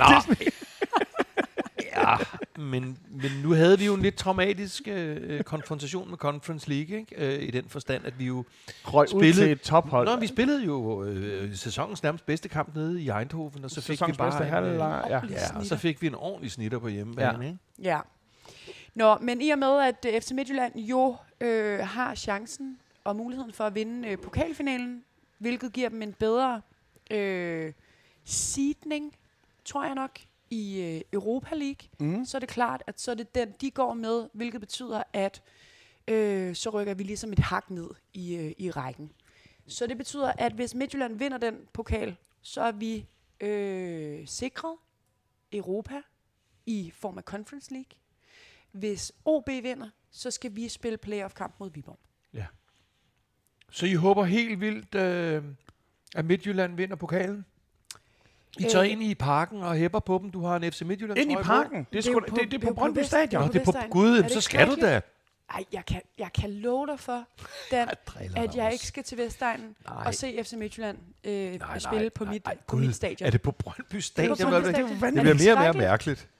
Ja, men nu havde vi jo en lidt traumatisk konfrontation med Conference League, ikke? I den forstand, at vi jo spillede til et tophold. Nå, vi spillede jo sæsonens nærmest bedste kamp nede i Eindhoven, og så fik vi bare så fik vi en ordentlig snitter på hjemmebane, ikke? Ja. Nå, men i og med, at FC Midtjylland jo har chancen og muligheden for at vinde pokalfinalen, hvilket giver dem en bedre seedning, tror jeg nok, i Europa League, så er det klart, at så er det den, de går med, hvilket betyder, at så rykker vi ligesom et hak ned i rækken. Så det betyder, at hvis Midtjylland vinder den pokal, så er vi sikret Europa i form af Conference League. Hvis OB vinder, så skal vi spille playoff-kamp mod Viborg. Ja. Så I håber helt vildt, at Midtjylland vinder pokalen? I tager ind i parken og hæpper på dem. Du har en FC Midtjylland. Ind i parken? Det er på Brøndby Stadion. Nå, det er på Gud, så skal du da. Ej, jeg kan love dig for, Dan, at jeg ikke skal til Vestegnen og se FC Midtjylland spille på mit stadion. Er det på Brøndby Stadion? Det bliver mere og mere mærkeligt.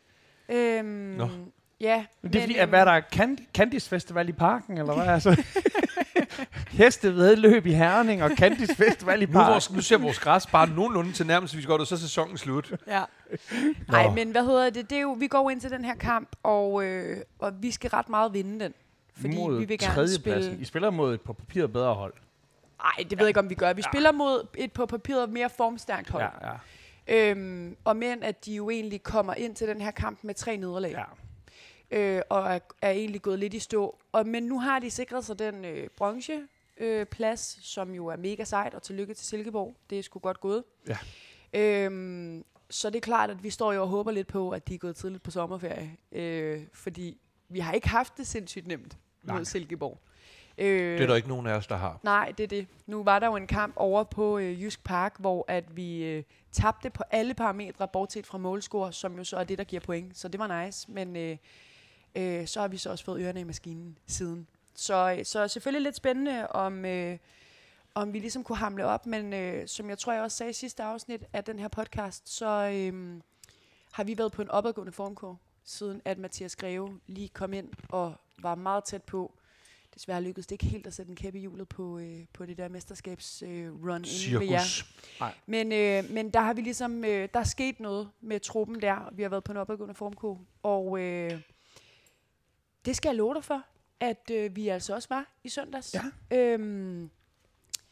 Ja. Men det er fordi, at hvad der er Candice Festival i parken, eller hvad? Altså, hestevedløb i Herning og Candice Festival i parken. Nu ser vores græs bare nogenlunde til nærmest, vi skal gå, så er sæsonen slut. Ja. Nej, men hvad hedder det? Det er jo, vi går ind til den her kamp, og vi skal ret meget vinde den. Fordi mod vi vil gerne spille... I spiller mod et på papiret bedre hold. Nej, det ved jeg ikke, om vi gør. Vi spiller mod et på papiret mere formstærkt hold. Ja. Og men at de jo egentlig kommer ind til den her kamp med 3 nederlag. Ja. Og er egentlig gået lidt i stå. Men nu har de sikret sig den bronzeplads, som jo er mega sejt, og tillykke til Silkeborg. Det er sgu godt gået. Ja. Så det er klart, at vi står jo og håber lidt på, at de er gået tidligt på sommerferie. Fordi vi har ikke haft det sindssygt nemt mod Silkeborg. Det er der ikke nogen af os, der har. Nej, det er det. Nu var der jo en kamp over på Jysk Park, hvor at vi tabte på alle parametre, bortset fra målscore, som jo så er det, der giver point. Så det var nice, men så har vi så også fået ørerne i maskinen siden. Så selvfølgelig lidt spændende, om vi ligesom kunne hamle op, men som jeg tror, jeg også sagde i sidste afsnit af den her podcast, så har vi været på en opadgående formkurve, siden at Mathias Greve lige kom ind og var meget tæt på. Desværre lykkedes det ikke helt at sætte en kæppe i hjulet på det der mesterskabsrun inden ved jer. Men der har vi ligesom, der er sket noget med truppen der. Vi har været på en opadgående formkurve, og det skal jeg love dig for, at vi altså også var i søndags. Ja.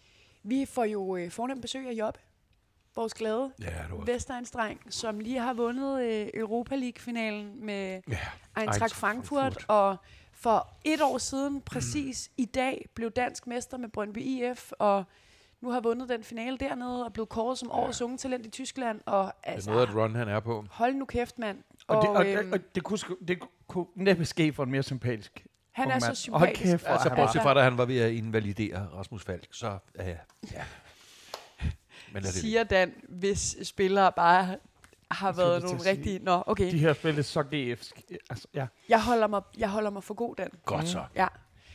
Vi får jo fornemt besøg af Jobbe, vores glade Vestegnsdreng, som lige har vundet Europa League-finalen med Eintracht Frankfurt, og for 1 år siden, præcis i dag, blev dansk mester med Brøndby IF, og nu har vundet den finale dernede, og blevet kåret som årets unge talent i Tyskland. Og, altså, det er noget, at run han er på. Hold nu kæft, mand. Og det kunne næppe ske for en mere sympatisk. Han er så sympatisk. Kæft, altså, bortset fra, da han var ved at invalidere Rasmus Falk, så ja. Men siger Dan, hvis spillere bare har været nogle rigtige... Nå, okay. De her spillet så GF'sk. Altså, ja. Jeg holder mig for god, Dan. Godt så. Ja.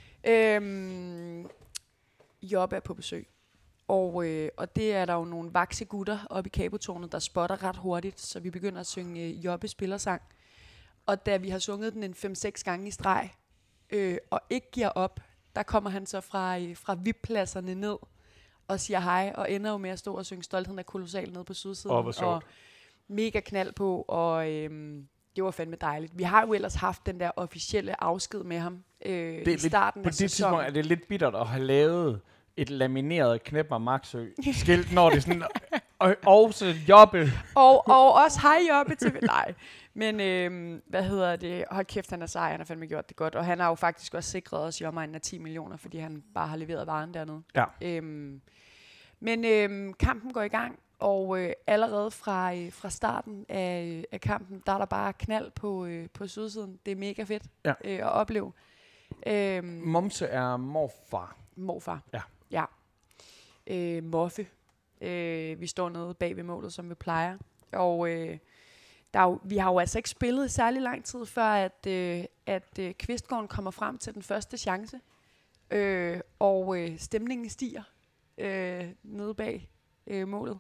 Jobbe er på besøg. Og det er der jo nogle vakse gutter oppe i kabotårnet, der spotter ret hurtigt, så vi begynder at synge Jobbe spillersang. Og da vi har sunget den 5-6 gange i streg, og ikke giver op, der kommer han så fra VIP-pladserne ned og siger hej, og ender jo med at stå og synge Stoltheden er kolossal ned på sydsiden. Og mega knald på, og det var fandme dejligt. Vi har jo ellers haft den der officielle afsked med ham i starten af sæsonen. På det tidspunkt er det lidt bittert at have lavet et lamineret Knep og Maxø skilt, når det er sådan, og så Jobbe. Og også hej Jobbe til, nej. Men hold kæft, han er sej, han har fandme gjort det godt, og han har jo faktisk også sikret os i omegnen af 10 millioner, fordi han bare har leveret varen dernede. Ja. Men kampen går i gang, og allerede fra starten af kampen, der er der bare knald på sydsiden. Det er mega fedt at opleve. Momse er morfar. Morfar. Ja. Moffe. Vi står nede bag ved målet, som vi plejer. Og vi har jo altså ikke spillet i særlig lang tid, før at Kvistgården kommer frem til den første chance. Og stemningen stiger nede bag målet.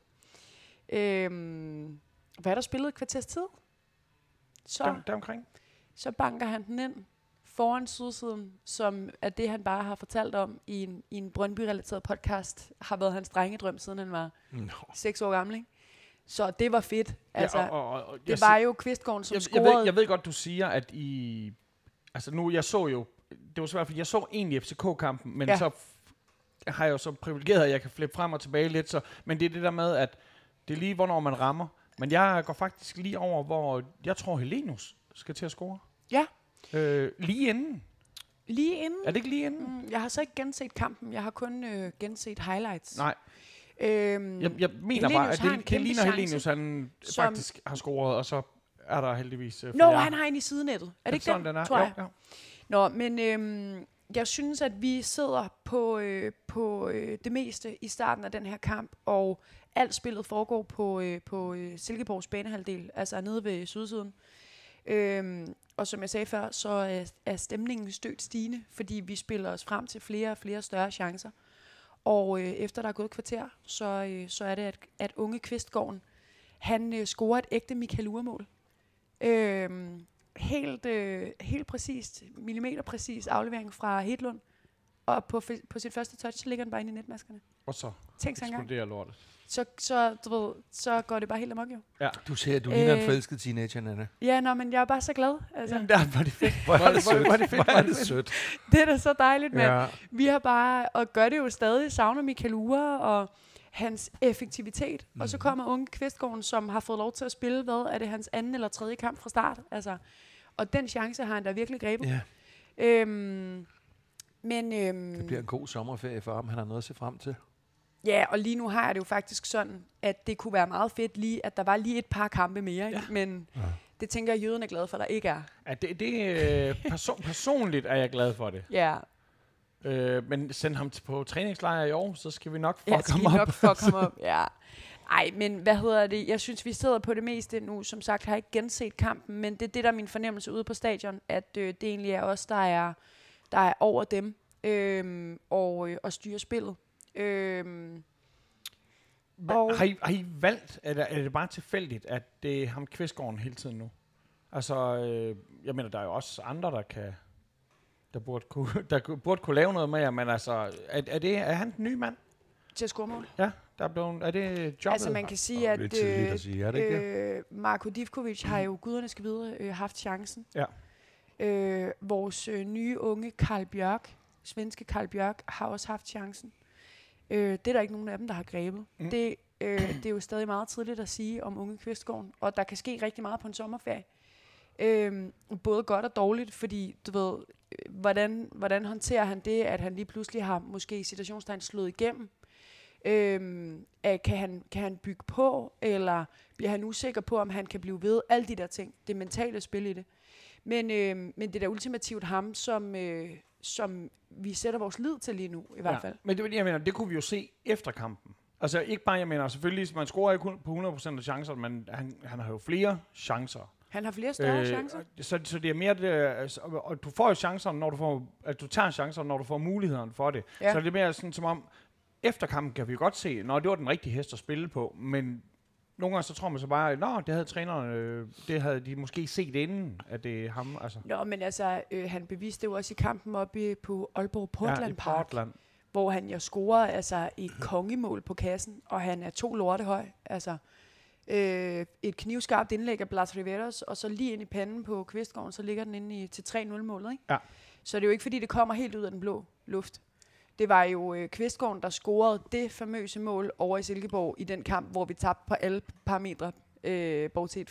Hvad er der spillet et kvarters tid? Deromkring. Så banker han den ind foran sydsiden, som er det, han bare har fortalt om i en Brøndby-relateret podcast, har været hans drengedrøm, siden han var 6 år gammel, ikke? Så det var fedt. Altså, det var jo Kvistgården, som scorede. Jeg ved godt, du siger, at altså nu, jeg så jo, det var svært, fordi jeg så egentlig FCK-kampen, men så har jeg jo så privilegeret, at jeg kan flippe frem og tilbage lidt, så, men det er det der med, at det er lige, hvornår man rammer. Men jeg går faktisk lige over, hvor jeg tror, Helenius skal til at score. Ja. Lige inden. Lige inden? Er det ikke lige inden? Jeg har så ikke genset kampen. Jeg har kun genset highlights. Nej. Jeg mener bare, at det ligner Helenius, han faktisk har scoret, og så er der heldigvis... Han har en i sidenettet. Er det ikke sådan, den er? Tror jeg. Jo. Nå, men jeg synes, at vi sidder på det meste i starten af den her kamp, og alt spillet foregår på Silkeborgs banehalvdel, altså nede ved sydsiden. Og som jeg sagde før, så er stemningen stødt stigende, fordi vi spiller os frem til flere og flere større chancer. Og efter der er gået et kvarter, så er det, at unge Kvistgården, han scorer et ægte Michael Ure-mål. Helt præcist, millimeterpræcis aflevering fra Hedlund. Og på sit første touch, så ligger den bare inde i netmaskerne. Og så eksploderer lortet. Så går det bare helt amok, jo. Ja. Du ligner en forelsket teenager, Nanne. Ja, men jeg er bare så glad. Altså. Jamen, der var det fedt. Hvor er det sødt. Det er da så dejligt, men vi har bare, og gør det jo stadig, savner Michael Ure og hans effektivitet. Og så kommer unge Kvistgården, som har fået lov til at spille, er det hans anden eller tredje kamp fra start. Altså, og den chance har han da virkelig grebet. Ja. Det bliver en god sommerferie for ham. Han har noget at se frem til. Ja, og lige nu har jeg det jo faktisk sådan, at det kunne være meget fedt at der var lige et par kampe mere. Ikke? Men det tænker jeg, jøden er glad for, der ikke er. Ja, personligt er jeg glad for det. Ja. Men send ham på træningslejr i år, så skal vi nok fuck ham op. Ja. Ej, men jeg synes, vi sidder på det meste nu. Som sagt har jeg ikke genset kampen, men det er det, der er min fornemmelse ude på stadion, at det egentlig er os, der er over dem og styrer spillet. Har I valgt, er det bare tilfældigt, at det er ham Kvistgården hele tiden nu? Altså, jeg mener, der er jo også andre, der burde kunne lave noget med jer, men altså, er han den nye mand? Til at score mål? Ja, er det jobbet? Altså, man kan sige, at Marko Divkovic har jo, guderne skal vide, haft chancen. Ja. Vores nye unge Karl Bjørk, svenske Karl Bjørk, har også haft chancen. Det er der ikke nogen af dem, der har grebet. Det er jo stadig meget tidligt at sige om Unge Kvistgården, og der kan ske rigtig meget på en sommerferie. Både godt og dårligt, fordi du ved, hvordan håndterer han det, at han lige pludselig har måske i citationstegn slået igennem? Kan han bygge på, eller bliver han usikker på, om han kan blive ved? Alle de der ting, det mentale spil i det. Men det er da ultimativt ham, som vi sætter vores lid til lige nu, i hvert fald. Men det kunne vi jo se efter kampen. Altså ikke bare, jeg mener selvfølgelig, man scorer ikke på 100% af chancer, men han har jo flere chancer. Han har flere større chancer. Så det er mere det, og du får jo chancerne, du tager chancerne, når du får mulighederne for det. Ja. Så det er mere sådan som om, efter kampen kan vi godt se, det var den rigtige hest at spille på, men nogle gange så tror man så bare, det havde trænerne, det havde de måske set inden, at det er ham. Altså. Nå, men altså, han beviste jo også i kampen oppe på Aalborg Portland Park, hvor han jo scorer altså et kongemål på kassen, og han er 2 lorte høj. Altså, et knivskarpt indlæg af Blas Riveros, og så lige ind i panden på Kvistgården, så ligger den inde til 3-0-målet. Ikke? Ja. Så det er jo ikke, fordi det kommer helt ud af den blå luft. Det var jo Kvistgården, der scorede det famøse mål over i Silkeborg i den kamp, hvor vi tabte på alle parametre, bortset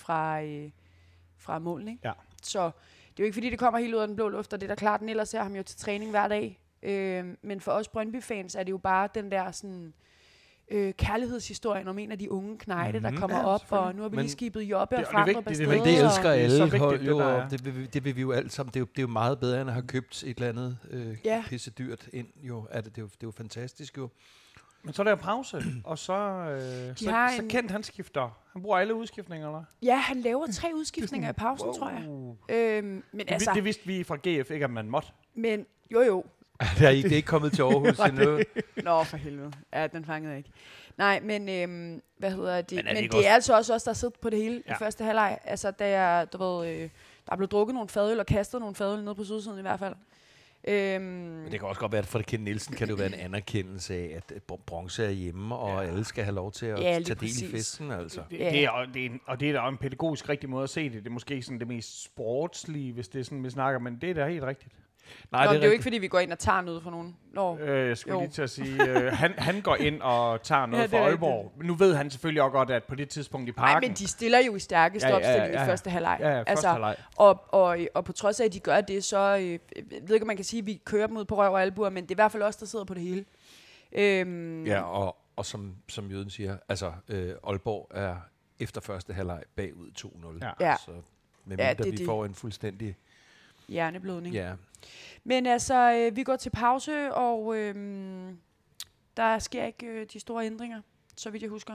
fra målen. Ikke? Ja. Så det er jo ikke, fordi det kommer helt ud af den blå luft, og det er da klart, den ellers ser ham jo til træning hver dag. Men for os Brøndby-fans er det jo bare den der sådan kærlighedshistorien om en af de unge knejte, der kommer op, og nu har vi lige skibet Jobbe og Frandrup afsted. Men det elsker alle hold jo, og det vil vi jo alt sammen. Det er jo meget bedre, end at have købt et eller andet pisse dyrt ind. Jo. Det er jo fantastisk jo. Men så er der pause, og så Kent han skifter. Han bruger alle udskiftninger, eller? Ja, han laver 3 udskiftninger i pausen, tror jeg. Men altså, det vidste vi fra GF ikke, at man måtte. Men jo. Det er ikke kommet til Aarhus endnu. Nå, for helvede. Ja, den fangede jeg ikke. Nej, men hvad hedder det? Men det er altså også os, der sidder på det hele i første halvleg. Altså, der er blevet drukket nogle fadøl og kastet nogle fadøl ned på sydsiden i hvert fald. Men det kan også godt være, at for Kent Nielsen kan det jo være en anerkendelse af, at bronze er hjemme, og alle skal have lov til at tage del i festen. Altså. Det er da en pædagogisk rigtig måde at se det. Det er måske sådan det mest sportslige, hvis det er sådan, vi snakker, men det er da helt rigtigt. Nej, det er jo ikke, fordi vi går ind og tager noget for nogen. Jeg skulle lige til at sige, han går ind og tager noget for Aalborg. Nu ved han selvfølgelig også godt, at på det tidspunkt i parken... Nej, men de stiller jo i stærkeste opstilling i første halvleg. Første halvleg. Og på trods af, at de gør det, så... jeg ved ikke, om man kan sige, at vi kører dem ud på røv og albuer, men det er i hvert fald os, der sidder på det hele. Ja, og som Jøden siger, altså Aalborg er efter første halvleg bagud 2-0. Ja. Så medmindre vi får en fuldstændig... hjerneblødning. Ja. Men altså, vi går til pause, og der sker ikke de store ændringer, så vidt jeg husker.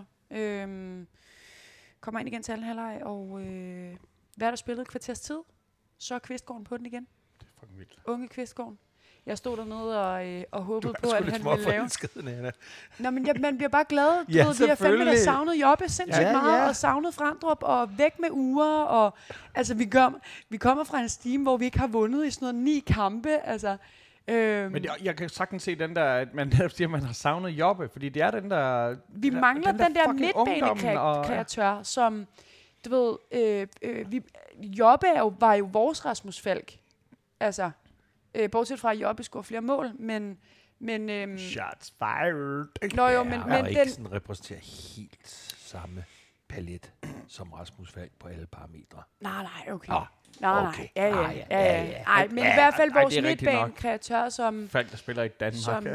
Kommer ind igen til anden halvleg, og hvad er der spillet? Kvarters tid? Så er Kvistgården på den igen. Det er fucking vildt. Unge Kvistgården. Jeg stod dernede og håbede på, at han ville lave... Nå, men man bliver bare glad. Du ved, vi har fandme savnet Jobbe sindssygt meget, og savnet Frandrup, og væk med uger. Og, altså, vi kommer fra en steam, hvor vi ikke har vundet i sådan noget 9 kampe. Altså, men jeg kan sagtens se den der, at man siger, at man har savnet Jobbe, fordi det er den der... Vi mangler den der midtbanekreatør, som, du ved, Jobbe var jo vores Rasmus Falk. Altså... bortset fra, at Jobbe scorer flere mål, men shots fired. Nå jo, men den... ikke sådan repræsenterer helt samme palet som Rasmus Falk på alle parametre. Nej, okay. Nej. Ja. Men i hvert fald vores midtbanekreatør, som... Falk, der spiller i Danmark. Som,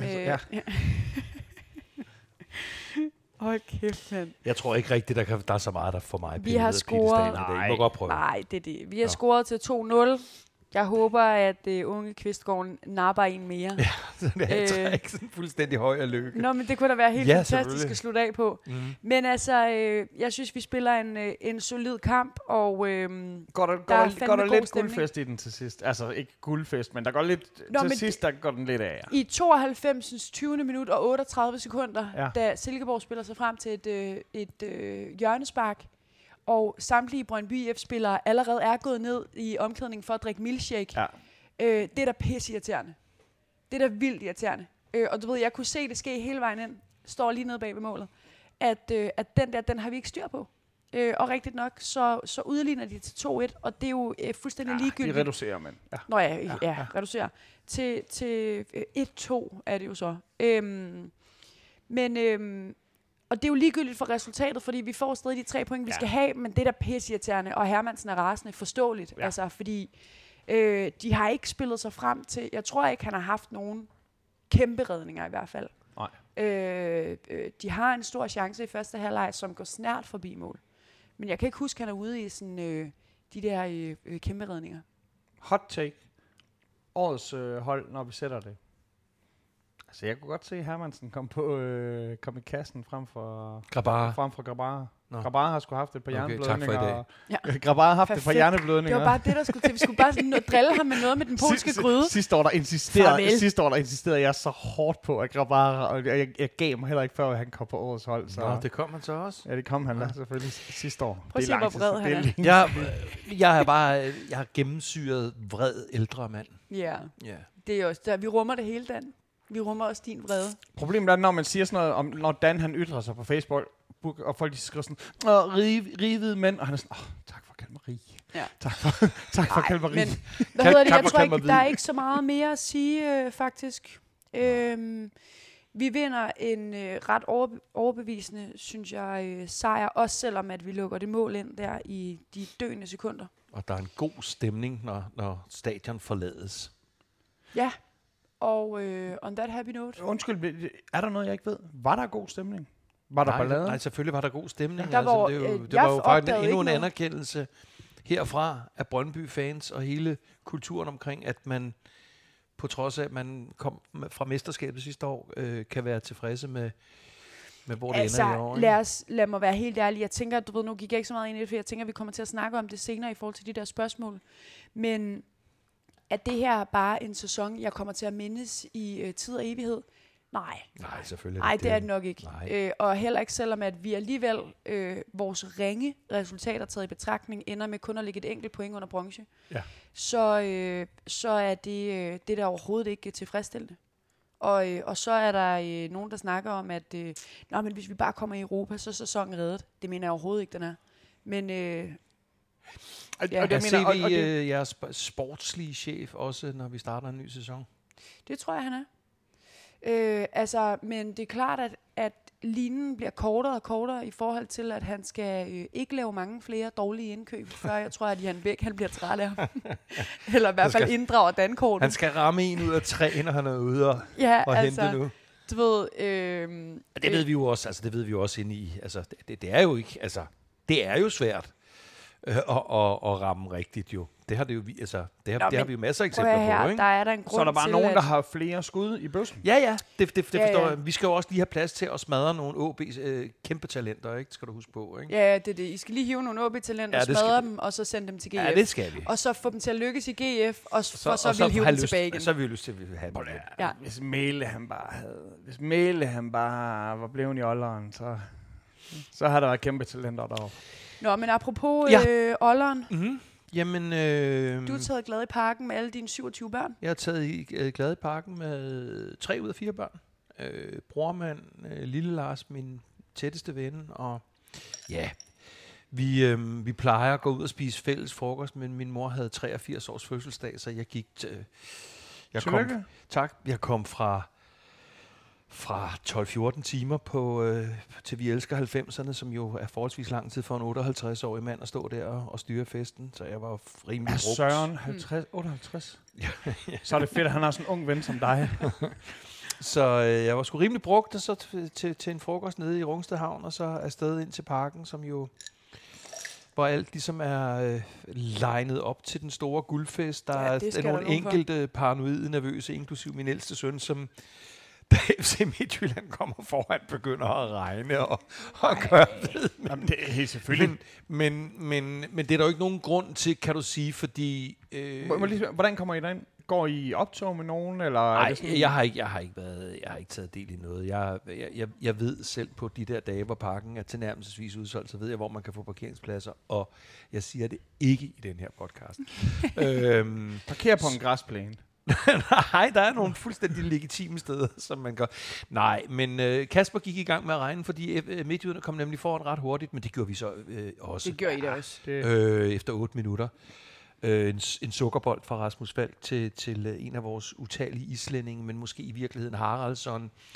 hold kæft, mand. Jeg tror ikke rigtigt, der er så meget, der for mig. Vi har scoret... Nej, må godt prøve. Nej, det er det. Vi har scoret til 2-0. Jeg håber, at Unge Kvistgården napper en mere. Ja, så det er ikke sådan fuldstændig høj og lykke. Nå, men det kunne da være helt fantastisk at slutte af på. Mm. Men altså, jeg synes, vi spiller en solid kamp, og går der lidt stemning. Guldfest i den til sidst? Altså, ikke guldfest, men der går lidt til sidst, der går den lidt af. I 92. 20. minut og 38 sekunder, da Silkeborg spiller sig frem til et hjørnespark, og samtlige Brøndby IF-spillere allerede er gået ned i omklædningen for at drikke milkshake. Ja. Det er da pisseirriterende. Det er da vildt irriterende. Og du ved, jeg kunne se det ske hele vejen ind. Står lige nede bag ved målet. At den har vi ikke styr på. Og rigtigt nok, så udligner de til 2-1, og det er jo fuldstændig ligegyldigt. De reducerer, man. Ja. Nå reducerer. Til 1-2 er det jo så. Men, og det er jo ligegyldigt for resultatet, fordi vi får stadig de 3 point, vi skal have, men det der pisseirriterende, og Hermansen er rasende, forståeligt, altså, fordi de har ikke spillet sig frem til, jeg tror ikke, han har haft nogen kæmpe redninger i hvert fald. Nej. De har en stor chance i første halvleg, som går snart forbi mål. Men jeg kan ikke huske, at han er ude i sådan, de der kæmpe redninger. Hot take. Årets hold, når vi sætter det. Altså, jeg kunne godt se Hermansen komme i kassen frem for Grabara. Grabara har sgu haft et par hjerneblødninger. Grabara har haft et par hjerneblødninger. Det var bare det, der skulle til. Vi skulle bare sådan drille ham med noget med den polske gryde. Sidste år, der insisterede jeg så hårdt på, at Grabara, og jeg gav mig heller ikke før, at han kom på årets hold. Så. Nå, det kom han så også. Ja, det kom han da selvfølgelig sidste år. Prøv at se, hvor vred han er. Jeg har gennemsyret vred ældre mand. Ja, det er også der. Vi rummer det hele, Dan. Vi rummer også din vrede. Problemet er, når man siger sådan noget om, når Dan han ytrer sig på Facebook, og folk de skriver sådan, rige hvide mænd, og han er sådan, tak for at kalde mig rig. Ja. Tak for at kalde mig rig. Men, hvad hedder det? Jeg tror ikke, der er ikke så meget mere at sige, faktisk. Vi vinder en ret overbevisende, synes jeg, sejr, også selvom at vi lukker det mål ind der i de døende sekunder. Og der er en god stemning, når stadion forlades. Ja. Og on that happy note. Undskyld, er der noget, jeg ikke ved? Var der god stemning? Var der ballade? Nej, selvfølgelig var der god stemning. Ja, det var jo faktisk endnu en anerkendelse herfra af Brøndby-fans og hele kulturen omkring, at man, på trods af, at man kom fra mesterskabet sidste år, kan være tilfredse med hvor det ender i år. Lad mig være helt ærlig. Jeg tænker, du ved, nu gik jeg ikke så meget ind i det, for jeg tænker, at vi kommer til at snakke om det senere i forhold til de der spørgsmål. Men at det her bare en sæson, jeg kommer til at mindes i tid og evighed? Nej, selvfølgelig. Nej, det er det nok ikke. Og heller ikke selvom, at vi alligevel vores ringe resultater taget i betragtning ender med kun at lægge et enkelt point under bronze. Ja. Så er det der overhovedet ikke tilfredsstillende. Og så er der nogen, der snakker om, at men hvis vi bare kommer i Europa, så er sæsonen reddet. Det mener jeg overhovedet ikke, den er. Men jeg ser jeres sportslige chef også, når vi starter en ny sæson? Det tror jeg, han er. Men det er klart, at linjen bliver kortere og kortere i forhold til, at han skal ikke lave mange flere dårlige indkøb, før jeg tror, at han bliver træt af ham. Eller i hvert fald inddrager dankortet. Han skal ramme en ud af 3, når han er ude og hente nu. Du ved, det ved vi jo også. Altså, det ved vi jo også inde i. Altså, det er jo ikke. Altså, det er jo svært at ramme rigtigt jo. Det har det jo det har vi jo masser af eksempler på, ikke? Der er der en grund. Så er der bare nogen, der har flere skud i bøssen. Ja, det forstår jeg. Vi skal jo også lige have plads til at smadre nogle AaB's kæmpe talenter, ikke? Skal du huske på, ikke? Ja, det er det. I skal lige hive nogle AaB-talenter, smadre dem, og så sende dem til GF. Ja, det skal vi. Og så få dem til at lykkes i GF, og så vil hive dem tilbage igen. Så vil vi lyst til at have dem. Ja. Hvis Mæle han bare var blevet i Olderen, så har der været kæmpe talenter deroppe. Nå, men apropos Olderen. Mm-hmm. Jamen, du har taget Glad i Parken med alle dine 27 børn. Jeg har taget Glad i Parken med 3 ud af 4 børn. Brormand, lille Lars, min tætteste ven, og ja, vi plejer at gå ud og spise fælles frokost, men min mor havde 83 års fødselsdag, så jeg gik jeg kom fra 12-14 timer til Vi elsker 90'erne, som jo er forholdsvis lang tid for en 58-årig mand at stå der og styre festen, så jeg var rimelig brugt. Søren, 58? Så er det fedt, at han har sådan en ung ven som dig. Så jeg var sgu rimelig brugt, og så til en frokost nede i Rungsted Havn, og så afsted ind til parken, som jo, hvor alt ligesom er legnet op til den store guldfest. Der er nogle enkelte paranoide nervøse, inklusiv min ældste søn, som da FC Midtjylland kommer foran, begynder at regne og gøre ved. Jamen, det er helt selvfølgelig. Men det er der jo ikke nogen grund til, kan du sige, fordi... Hvordan kommer I derind? Går I optog med nogen? Eller nej, jeg har ikke taget del i noget. Jeg ved selv på de der dage, hvor parken er tilnærmelsesvis udsolgt, så ved jeg, hvor man kan få parkeringspladser, og jeg siger det ikke i den her podcast. Parker på en græsplæne. Nej, der er nogle fuldstændig legitime steder, som man gør. Nej, men Kasper gik i gang med at regne, fordi Midtjylland kom nemlig foran ret hurtigt, men det gjorde vi så også. Det gjorde I da også. Efter 8 minutter. En sukkerbold fra Rasmus Falk til en af vores utallige islændinge, men måske i virkeligheden Haraldsson,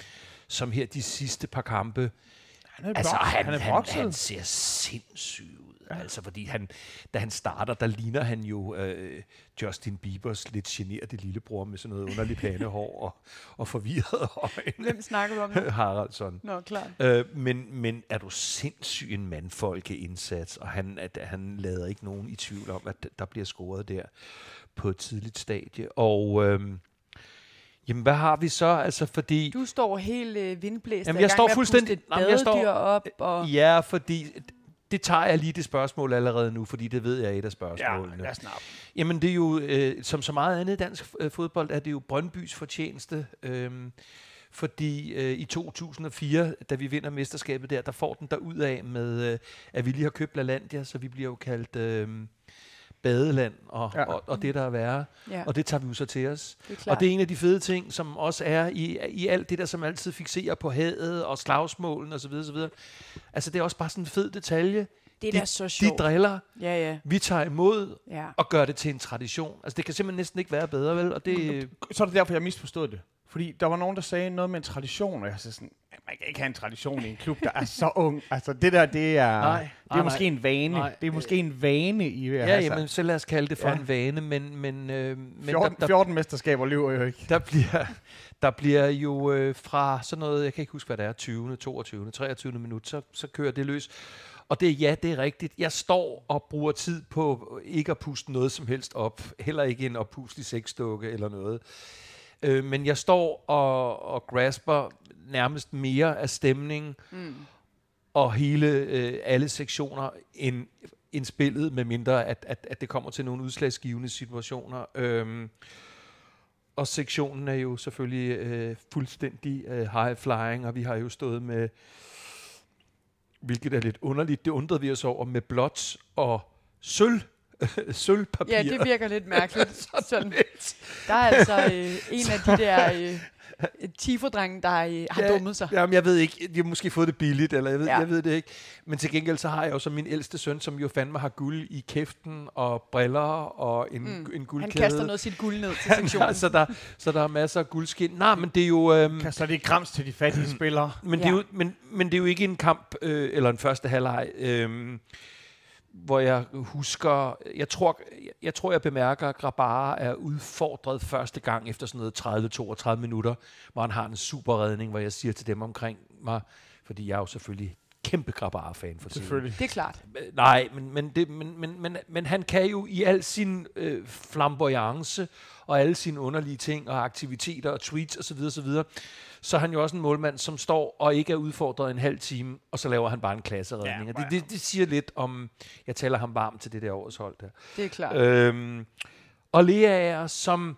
som her de sidste par kampe. Han ser sindssyg ud. Ja. Altså, fordi da han starter, der ligner han jo Justin Biebers lidt generede lillebror med sådan noget underligt pandehår og forvirrede øjne. Hvem snakker du om nu? Haraldsson. Nå, klart. Men er du sindssyg en mandfolkeindsats, og han lader ikke nogen i tvivl om, at der bliver scoret der på et tidligt stadie. Og jamen, hvad har vi så? Altså, fordi du står helt vindblæst. Jamen, jeg står fuldstændig op. Og ja, fordi det tager jeg lige det spørgsmål allerede nu, fordi det ved jeg er et af spørgsmålene. Ja, snart. Jamen, det er jo, som så meget andet dansk fodbold, er det jo Brøndbys fortjeneste. Fordi i 2004, da vi vinder mesterskabet der får den derudad med, at vi lige har købt LaLandia, så vi bliver jo kaldt badeland og det, der er værre. Ja. Og det tager vi jo så til os. Og det er en af de fede ting, som også er i alt det der, som altid fikserer på hadet og slagsmålen osv. Altså, det er også bare sådan en fed detalje. Det er så sjovt. De driller. Ja. Vi tager imod og gør det til en tradition. Altså, det kan simpelthen næsten ikke være bedre, vel? Og det så er det derfor, jeg misforstod det. Fordi der var nogen, der sagde noget med en tradition, og jeg sagde sådan, man kan ikke have en tradition i en klub, der er så ung. Altså det der, det er måske en vane. Nej. Det er måske en vane i men så lad os kalde det for en vane, men 14 mesterskaber lyver jo ikke. Der bliver jo fra sådan noget, jeg kan ikke huske, hvad det er, 20., 22., 23. minut, så kører det løs. Og det er rigtigt. Jeg står og bruger tid på ikke at puste noget som helst op. Heller ikke en oppustelig sexdukke eller noget. Men jeg står og grasper nærmest mere af stemningen og alle sektioner end spillet, med mindre at det kommer til nogle udslagsgivende situationer. Og sektionen er jo selvfølgelig fuldstændig high flying, og vi har jo stået med, hvilket er lidt underligt, det undrede vi os over, med blåt og sølvpapir. Ja, det virker lidt mærkeligt. Sådan. Der er altså en af de der tifodrenge, der har dummet sig. Jamen, jeg ved ikke, de har måske fået det billigt, eller jeg ved det ikke. Men til gengæld så har jeg jo så min ældste søn, som jo fandme har guld i kæften og briller og en guldkæde. Han kaster noget af sit guld ned til sektionen. Så der er masser af guldskin. Nej, men det er jo kaster det grams til de fattige spillere. Men det er jo ikke en kamp eller en første halvleg. Hvor jeg husker, jeg tror, jeg bemærker, at Grabara er udfordret første gang efter sådan noget 30-32 minutter, hvor han har en super redning, hvor jeg siger til dem omkring mig, fordi jeg er jo selvfølgelig kæmpe Grabara-fan for tiden. Det er klart. Nej, men han kan jo i al sin flamboyance og alle sine underlige ting og aktiviteter og tweets osv., så er han jo også en målmand, som står og ikke er udfordret en halv time, og så laver han bare en klasseredning. Ja, det siger lidt om, jeg taler ham varmt til det der årets hold der. Det er klart. Og Leaer, som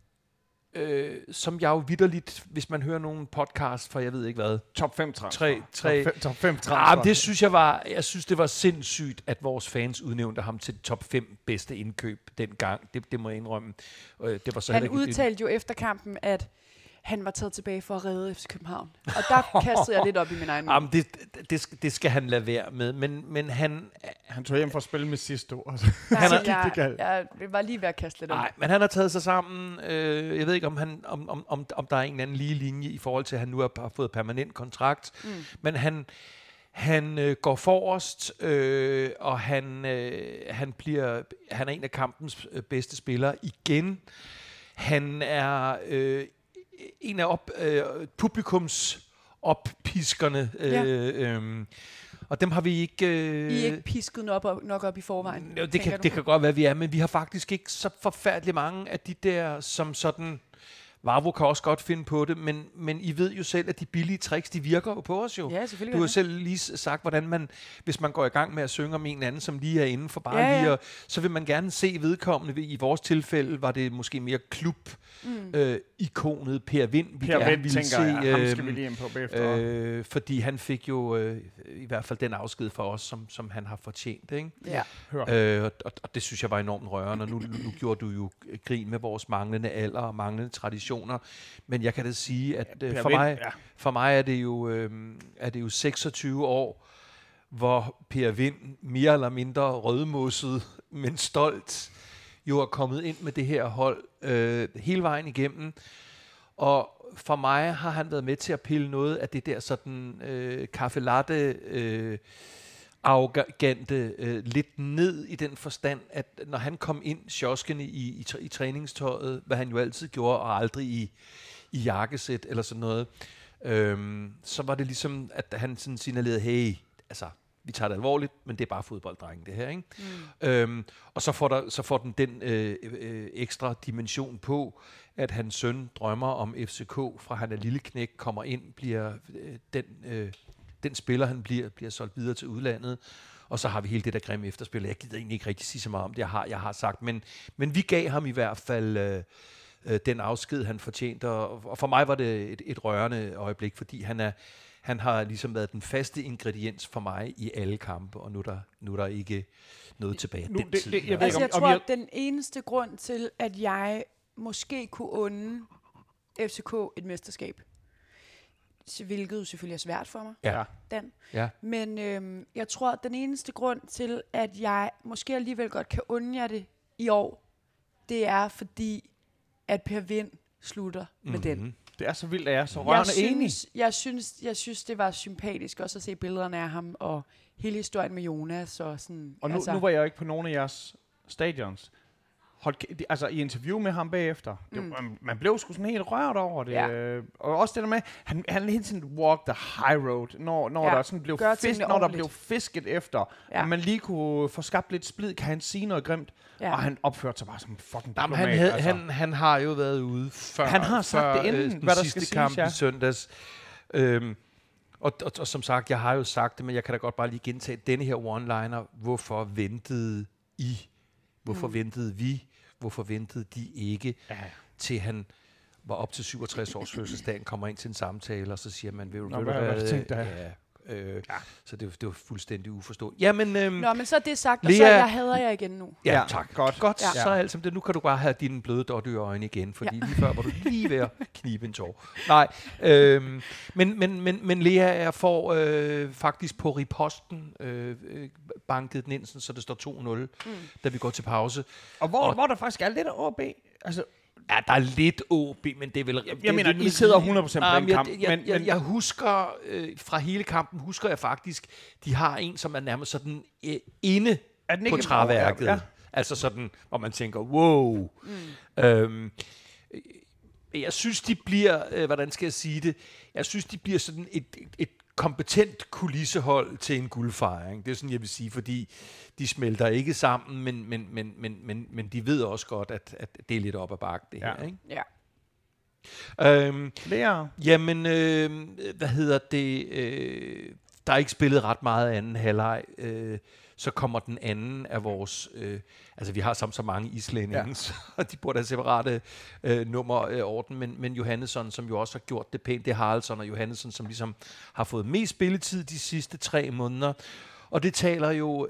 jeg jo vitterligt, hvis man hører nogle podcast for, jeg ved ikke hvad. Top 5 transfer. Top 5 transfer. Det synes jeg synes det var sindssygt, at vores fans udnævnte ham til top 5 bedste indkøb dengang. Det må jeg indrømme. Det var så han udtalte jo efter kampen, at han var taget tilbage for at redde FC København. Og der kastede jeg lidt op i min egen mund. Det skal han lade være med. Men han tog hjem for at spille med sidste år. Jeg var lige ved at kaste lidt op. Nej, men han har taget sig sammen. Jeg ved ikke, om der er en eller anden lige linje i forhold til, at han nu har fået permanent kontrakt. Men han går forrest, og han er en af kampens bedste spillere igen. Han er en af publikums oppiskerne. Og dem har vi ikke... I er ikke pisket nok op i forvejen? Det kan godt være, vi er, men vi har faktisk ikke så forfærdeligt mange af de der, som sådan... Vavro kan også godt finde på det, men I ved jo selv, at de billige tricks, de virker jo på os jo. Ja, selvfølgelig. Du har selv lige sagt, hvordan man, hvis man går i gang med at synge om en anden, som lige er inde for bare lige, så vil man gerne se vedkommende. I vores tilfælde var det måske mere klub-ikonet Per Vind. Per Vind, tænker jeg. Ham skal vi lige ind på bagefter. Fordi han fik jo i hvert fald den afsked for os, som han har fortjent. Ikke? Ja. Og det synes jeg var enormt rørende. Og nu gjorde du jo grin med vores manglende alder og manglende traditioner. Men jeg kan da sige, at for mig er det jo 26 år, hvor Per Vind mere eller mindre rødmosset, men stolt, jo er kommet ind med det her hold hele vejen igennem. Og for mig har han været med til at pille noget af det der sådan kaffe latte arrogante lidt ned i den forstand, at når han kom ind sjoskende i træningstøjet, hvad han jo altid gjorde, og aldrig i jakkesæt eller sådan noget, så var det ligesom, at han sådan signalerede, hey, altså, vi tager det alvorligt, men det er bare fodbolddrengen, det her, ikke? Og så får den ekstra dimension på, at hans søn drømmer om FCK, fra han er lille knæk, kommer ind, bliver den spiller, han bliver solgt videre til udlandet, og så har vi hele det der grimme efterspil. Jeg gider egentlig ikke rigtig sige så meget om det, jeg har sagt, men vi gav ham i hvert fald den afsked, han fortjente, og for mig var det et rørende øjeblik, fordi han har ligesom været den faste ingrediens for mig i alle kampe, og nu er der ikke noget tilbage af den tid. Jeg tror, at den eneste grund til, at jeg måske kunne unde FCK et mesterskab, hvilket jo selvfølgelig er svært for mig, Dan. Ja. Men jeg tror, at den eneste grund til, at jeg måske alligevel godt kan unde jer det i år, det er fordi, at Per Vind slutter med den. Det er så vildt, at jeg er så rørende enig. Jeg synes, det var sympatisk også at se billederne af ham, og hele historien med Jonas. Og sådan, og nu var jeg jo ikke på nogen af jeres stadions. Altså i interview med ham bagefter, man blev sgu sådan helt rørt over det. Ja. Og også det der med, han hele tiden walk the high road, når der sådan blev der blev fisket efter, og man lige kunne få skabt lidt splid, kan han sige noget grimt, og han opførte sig bare som fucking diplomat. Han har jo været ude før. Han har sagt det inden, hvad der skal siges, kamp i søndags. Og som sagt, jeg har jo sagt det, men jeg kan da godt bare lige gentage denne her one-liner. Hvorfor ventede I? Hvorfor ventede vi? Hvorfor ventede de ikke, til han var op til 67 års fødselsdagen, kommer ind til en samtale, og så siger man, så det var fuldstændig uforståeligt. Jamen, men så er det sagt, og så jeg hader jeg igen nu. Ja, tak. Godt. Ja. Så alt som det. Nu kan du bare have dine bløde dårdyr-øjne igen, fordi lige før var du lige ved at knibe en tår. Nej, men Lea får faktisk på riposten banket den ind, så det står 2-0, da vi går til pause. Og hvor der faktisk er lidt af OB, altså. Ja, der er lidt OB, men det er vel... Jeg mener, I sidder 100% på den kamp. Jeg husker, fra hele kampen, husker jeg faktisk, de har en, som er nærmest sådan inde på træværket. Ja. Altså sådan, hvor man tænker, wow. Jeg synes, de bliver, hvordan skal jeg sige det? Jeg synes, de bliver sådan et kompetent kulissehold til en guldfejring. Det er sådan, jeg vil sige, fordi de smelter ikke sammen, men de ved også godt, at det er lidt op ad bakke, det her. Ikke? Ja. Jamen, hvad hedder det? Der er ikke spillet ret meget anden halvleg. Så kommer den anden af vores... altså, vi har så mange islændinge, og de burde have separate nummerorden, men Johannesson, som jo også har gjort det pænt, det er Haraldsson og Johannesson, som ligesom har fået mest spilletid de sidste 3 måneder. Og det taler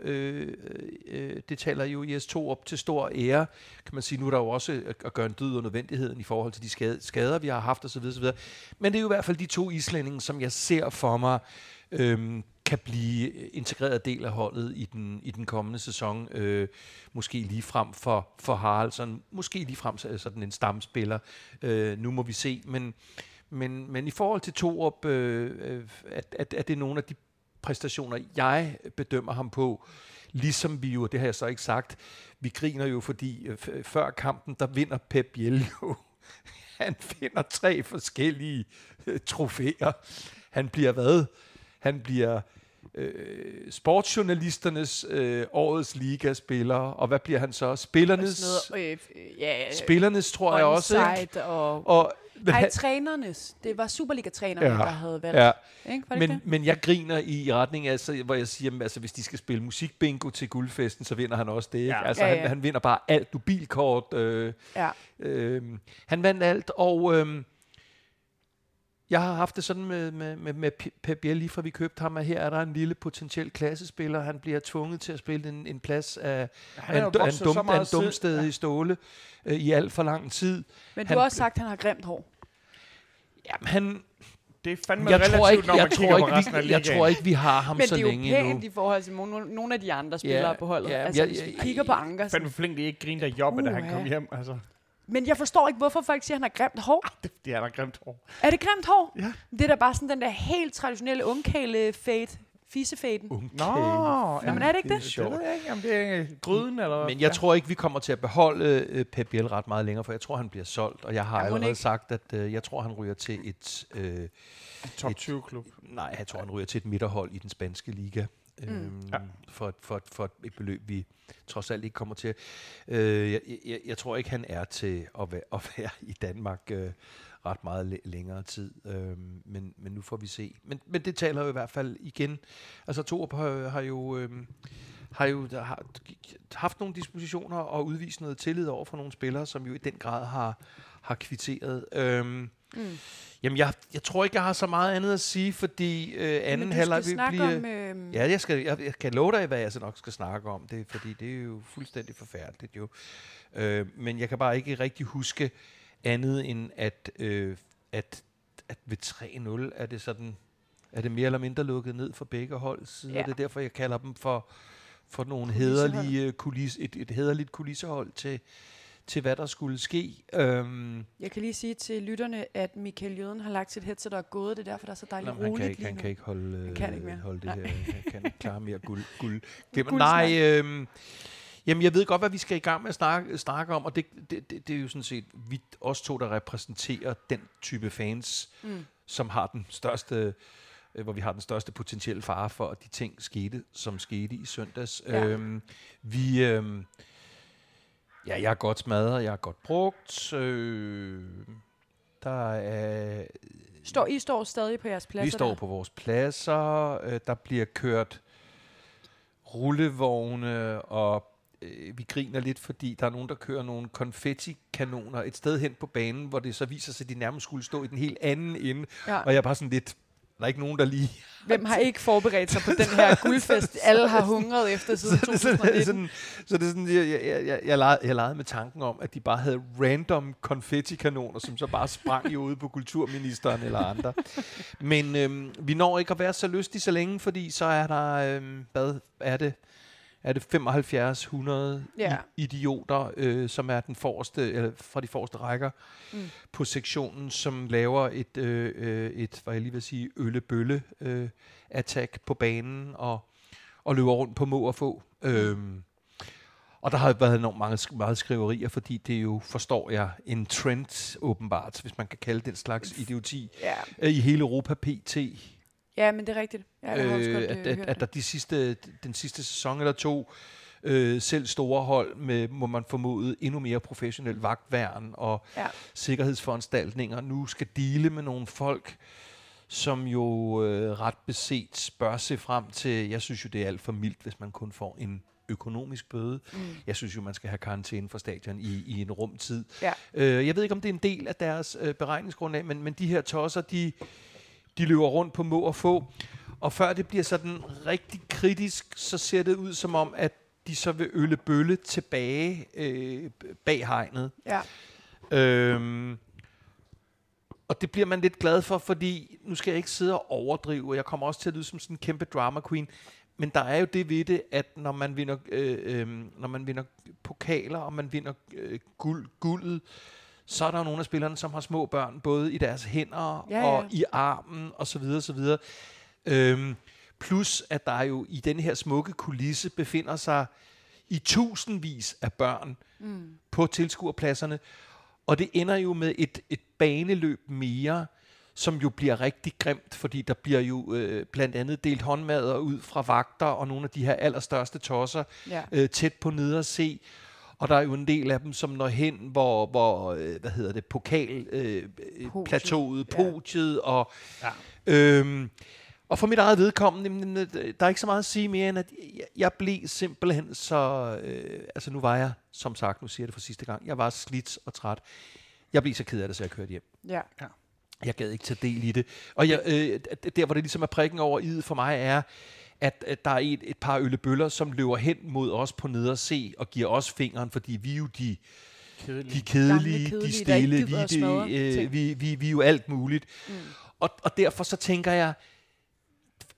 jo IS2 op til stor ære, kan man sige. Nu er der jo også at gøre en dyd og nødvendigheden i forhold til de skader, vi har haft osv. Men det er jo i hvert fald de 2 islændinge, som jeg ser for mig, kan blive integreret del af holdet i den kommende sæson. Måske lige frem for Haraldsson. Måske lige frem sådan en stamspiller. Nu må vi se. Men i forhold til Torup, er det nogle af de præstationer, jeg bedømmer ham på. Ligesom vi jo, det har jeg så ikke sagt, vi griner jo, fordi før kampen, der vinder Pep Biel jo. Han finder 3 forskellige trofæer. Han bliver hvad? Han bliver sportsjournalisternes årets ligaspiller, og hvad bliver han så? Spillernes tror jeg også. Og trænernes. Det var Superliga-trænerne, der havde valgt. Ja. Men jeg griner i retning af, hvor jeg siger, altså hvis de skal spille musikbingo til guldfesten, så vinder han også det. Ikke? Altså han vinder bare alt. Mobilkort. Han vandt alt, og jeg har haft det sådan med Pep Biel, lige fra vi købte ham, at her er der en lille potentiel klassespiller. Han bliver tvunget til at spille en plads af en dumsted i Ståle i alt for lang tid. Men du har også sagt, at han har grimt hår. Jamen, det er fandme relativt, når man kigger på resten af ligaen. Jeg tror ikke, vi har ham så længe endnu. Men det er jo pænt i forhold til nogle af de andre spillere på holdet. Altså, hvis vi kigger på Anker. Fandme flink, det er ikke grine der jobbe, da han kom hjem. Altså. Men jeg forstår ikke, hvorfor folk siger, at han har grimt hår. Det er der grimt hår. Er det grimt hår? Ja. Det er da bare sådan den der helt traditionelle ungkæle-fade. Fisefaden. Nå, men er det ikke det? Det ved jeg ikke, om det er gryden eller... Men jeg tror ikke, vi kommer til at beholde Pep Biel ret meget længere, for jeg tror, han bliver solgt, og jeg har allerede sagt, at jeg tror, han ryger til et... top 20-klub. Nej, jeg tror, han ryger til et midterhold i den spanske liga. For et beløb, vi trods alt ikke kommer til. Jeg tror ikke, han er til at være i Danmark ret meget længere tid. Men nu får vi se. Men det taler jo i hvert fald igen. Altså Thorup har jo haft nogle dispositioner og udvist noget tillid over for nogle spillere, som jo i den grad har kvitteret. Jamen, jeg tror ikke, jeg har så meget andet at sige, fordi anden halvleg vil blive... Ja, jeg kan love dig, hvad jeg så nok skal snakke om det, fordi det er jo fuldstændig forfærdeligt jo. Men jeg kan bare ikke rigtig huske andet end, at ved 3-0 er det sådan... Er det mere eller mindre lukket ned for begge hold side? Ja. Det er derfor, jeg kalder dem for nogle hæderlige et hæderligt kulissehold til hvad der skulle ske. Jeg kan lige sige til lytterne, at Michael Jøden har lagt sit headset og er gået. Det er derfor, der er så dejligt roligt. Han kan ikke holde det Nej. her. Han kan ikke klare mere guld. Jamen, jeg ved godt, hvad vi skal i gang med at snakke om, og det er jo sådan set vi os to, der repræsenterer den type fans, som har den største... hvor vi har den største potentielle fare for, at de ting som skete i søndags. Ja. Jeg er godt smadret, jeg er godt brugt. I står stadig på jeres pladser? Vi står på vores pladser. Der bliver kørt rullevogne, og vi griner lidt, fordi der er nogen, der kører nogle konfettikanoner et sted hen på banen, hvor det så viser sig, at de nærmest skulle stå i den helt anden ende. Ja. Og jeg er bare sådan lidt... Der er ikke nogen, der lige... Hvem har ikke forberedt sig på den her guldfest? Alle har hungret efter siden 2019. Så det er sådan, jeg legede med tanken om, at de bare havde random konfettikanoner, som så bare sprang i ude på kulturministeren eller andre. Men vi når ikke at være så lystige så længe, fordi så er der... hvad er det? Er det 7500 idioter, som er den forreste, eller fra de forreste rækker på sektionen, som laver et hvad jeg lige vil sige, ølle-bølle-attack på banen og løber rundt på må og få. Og der har været enormt meget skriverier, fordi det er jo, forstår jeg, en trend åbenbart, hvis man kan kalde den slags idioti, i hele Europa pt. Ja, men det er rigtigt. Ja, at der den sidste sæson eller to, selv store hold med, må man formode, endnu mere professionel vagtværn og sikkerhedsforanstaltninger, nu skal deale med nogle folk, som jo ret beset bør se frem til, jeg synes jo, det er alt for mildt, hvis man kun får en økonomisk bøde. Jeg synes jo, man skal have karantæne for stadion i en rumtid. Ja. Jeg ved ikke, om det er en del af deres beregningsgrundlag, men de her tosser, de løber rundt på må og få. Og før det bliver sådan rigtig kritisk, så ser det ud som om, at de så vil ølle-bølle tilbage bag hegnet. Ja. Og det bliver man lidt glad for, fordi nu skal jeg ikke sidde og overdrive, og jeg kommer også til at lyde som sådan en kæmpe drama queen. Men der er jo det ved det, at når man vinder pokaler, og man vinder guldet, så er der jo nogle af spillerne, som har små børn, både i deres hænder og i armen, og så videre, så videre. Plus, at der jo i den her smukke kulisse befinder sig i tusindvis af børn på tilskuerpladserne, og det ender jo med et baneløb mere, som jo bliver rigtig grimt, fordi der bliver jo blandt andet delt håndmadder ud fra vagter, og nogle af de her allerstørste tosser tæt på nede at se. Og der er jo en del af dem, som når hen, hvor pokalplateauet, podiet, og for mit eget vedkommende, der er ikke så meget at sige mere, end at jeg blev simpelthen så, altså nu var jeg, som sagt, nu siger jeg det for sidste gang, jeg var slidt og træt. Jeg blev så ked af det, så jeg kørte hjem. Ja. Jeg gad ikke tage del i det. Og der, hvor det ligesom er prikken over i'et for mig, er, at der er et par øllebøller, som løber hen mod os på nede og se, og giver os fingeren, fordi vi er jo de kedelige, de stille, vi er jo alt muligt. Og derfor så tænker jeg,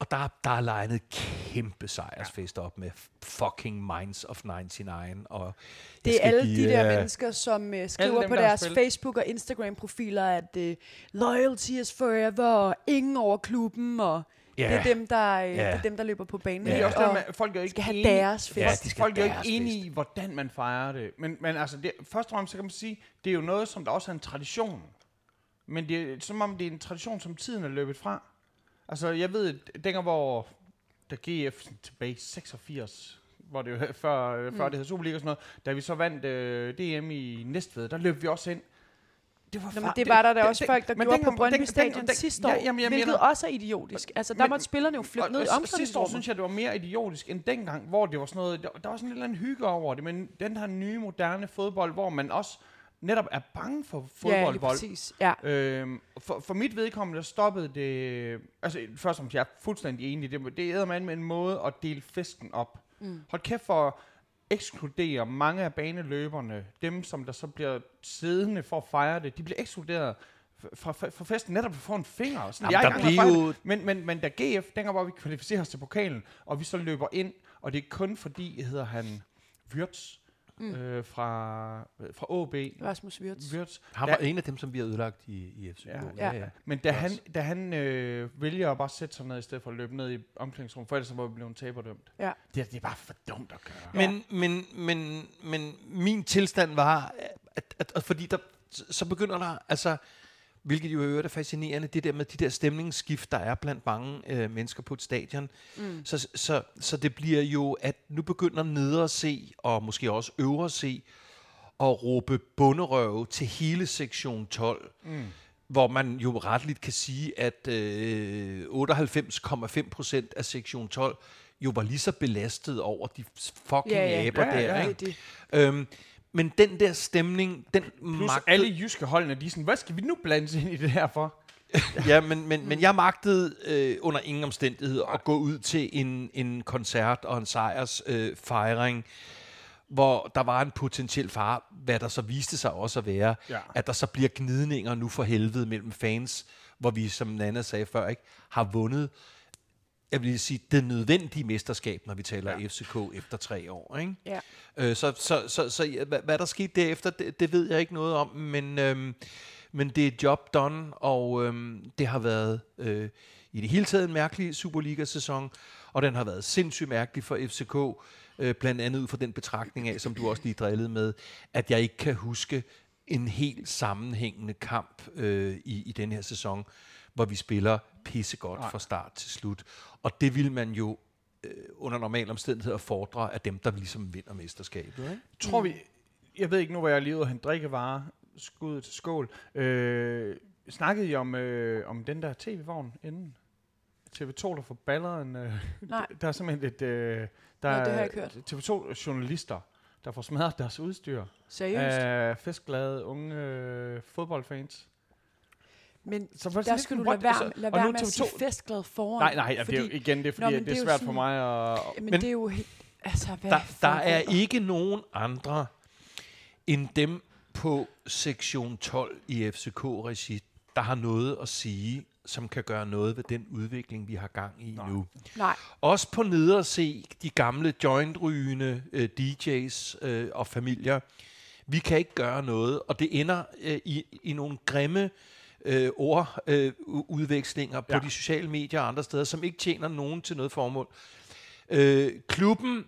Og der er legnet kæmpe sejrsfest op med fucking Minds of 99. Og det er alle de der mennesker, som skriver dem, på deres Facebook- og Instagram-profiler, at loyalty is forever, og ingen over klubben, og det er dem, der løber på banen. Ja. Og folk er ikke skal have deres fest. Folk er ikke enige i, hvordan man fejrer det. Men altså, først og fremmest så kan man sige, det er jo noget, som der også er en tradition. Men det er som om, det er en tradition, som tiden er løbet fra. Altså, jeg ved, dengang hvor der GF tilbage i 86, hvor det jo før det hed Superliga og sådan noget, da vi så vandt DM i Næstved, der løb vi også ind. Det var der også folk, der gjorde på Brøndby Stadion sidste år, hvilket også er idiotisk. Altså, der måtte spillerne jo flytte ned i omklædningsrummet. Sidste år synes jeg, det var mere idiotisk end dengang, hvor det var sådan noget, der var sådan en eller anden hygge over det, men den her nye, moderne fodbold, hvor man også netop er bange for fodboldvold. Ja, præcis. Ja. For mit vedkommende, der stoppede det... Altså, først og fremmest, jeg er fuldstændig enig. Det æder man med en måde at dele festen op. Hold kæft for at ekskludere mange af baneløberne. Dem, som der så bliver siddende for at fejre det, de bliver ekskluderet fra festen netop for en finger. Sådan, men da GF, dengang hvor vi kvalificerer os til pokalen, og vi så løber ind, og det er kun fordi, hedder han Wirtz, fra AB. Rasmus Wirtz. Han var en af dem, som vi har ødelagt i FCK. Ja. Men da han vælger at bare sætte sig ned, i stedet for at løbe ned i omklædningsrummet, for ellers så var vi blevet taberdømt. Ja. Det er bare for dumt at gøre. Men min tilstand var, at fordi så begynder der, altså, hvilket jo er fascinerende, det der med de der stemningsskift, der er blandt mange mennesker på et stadion. Så det bliver jo, at nu begynder nede at se, og måske også øvre at se, og råbe bunderøve til hele sektion 12. Hvor man jo retligt kan sige, at 98,5% af sektion 12 jo var lige så belastet over de fucking aber der. Ikke? Men den der stemning, den plus alle jyske holdene, de er sådan, hvad skal vi nu blande ind i det her for? Ja, men jeg magtede under ingen omstændighed at gå ud til en koncert og en sejrsfejring, hvor der var en potentiel fare, hvad der så viste sig også at være, at der så bliver gnidninger nu for helvede mellem fans, hvor vi, som Nana sagde før, ikke har vundet, jeg vil sige, det nødvendige mesterskab, når vi taler FCK efter 3 år. Ikke? Ja. Så hvad der skete derefter, det ved jeg ikke noget om, men det er job done, og det har været i det hele taget en mærkelig Superliga-sæson, og den har været sindssygt mærkelig for FCK, blandt andet ud fra den betragtning af, som du også lige drillede med, at jeg ikke kan huske en helt sammenhængende kamp i den her sæson, hvor vi spiller pissegodt fra start til slut. Og det vil man jo under normale omstændigheder fordre af dem, der ligesom vinder mesterskabet. Ikke? Tror vi, jeg ved ikke nu, hvor jeg er lige ude og hente drikkevarer, skud til skål. Snakkede I om den der tv-vogn inden? TV2, der får balleren. Nej. Der er simpelthen det har jeg ikke hørt. TV2-journalister, der får smadret deres udstyr. Seriøst? Festglade unge fodboldfans. Men så der skal du lade være med at sige festglad foran. Nej, det er jo igen, det er fordi, det er svært for mig at... Men det er jo helt... Altså, der er ikke nogen andre end dem på sektion 12 i FCK-regi, der har noget at sige, som kan gøre noget ved den udvikling, vi har gang i nu. Nej. Også på nede at se de gamle jointrygende DJ's og familier. Vi kan ikke gøre noget, og det ender i nogle grimme ordudvekslinger på de sociale medier og andre steder, som ikke tjener nogen til noget formål. Klubben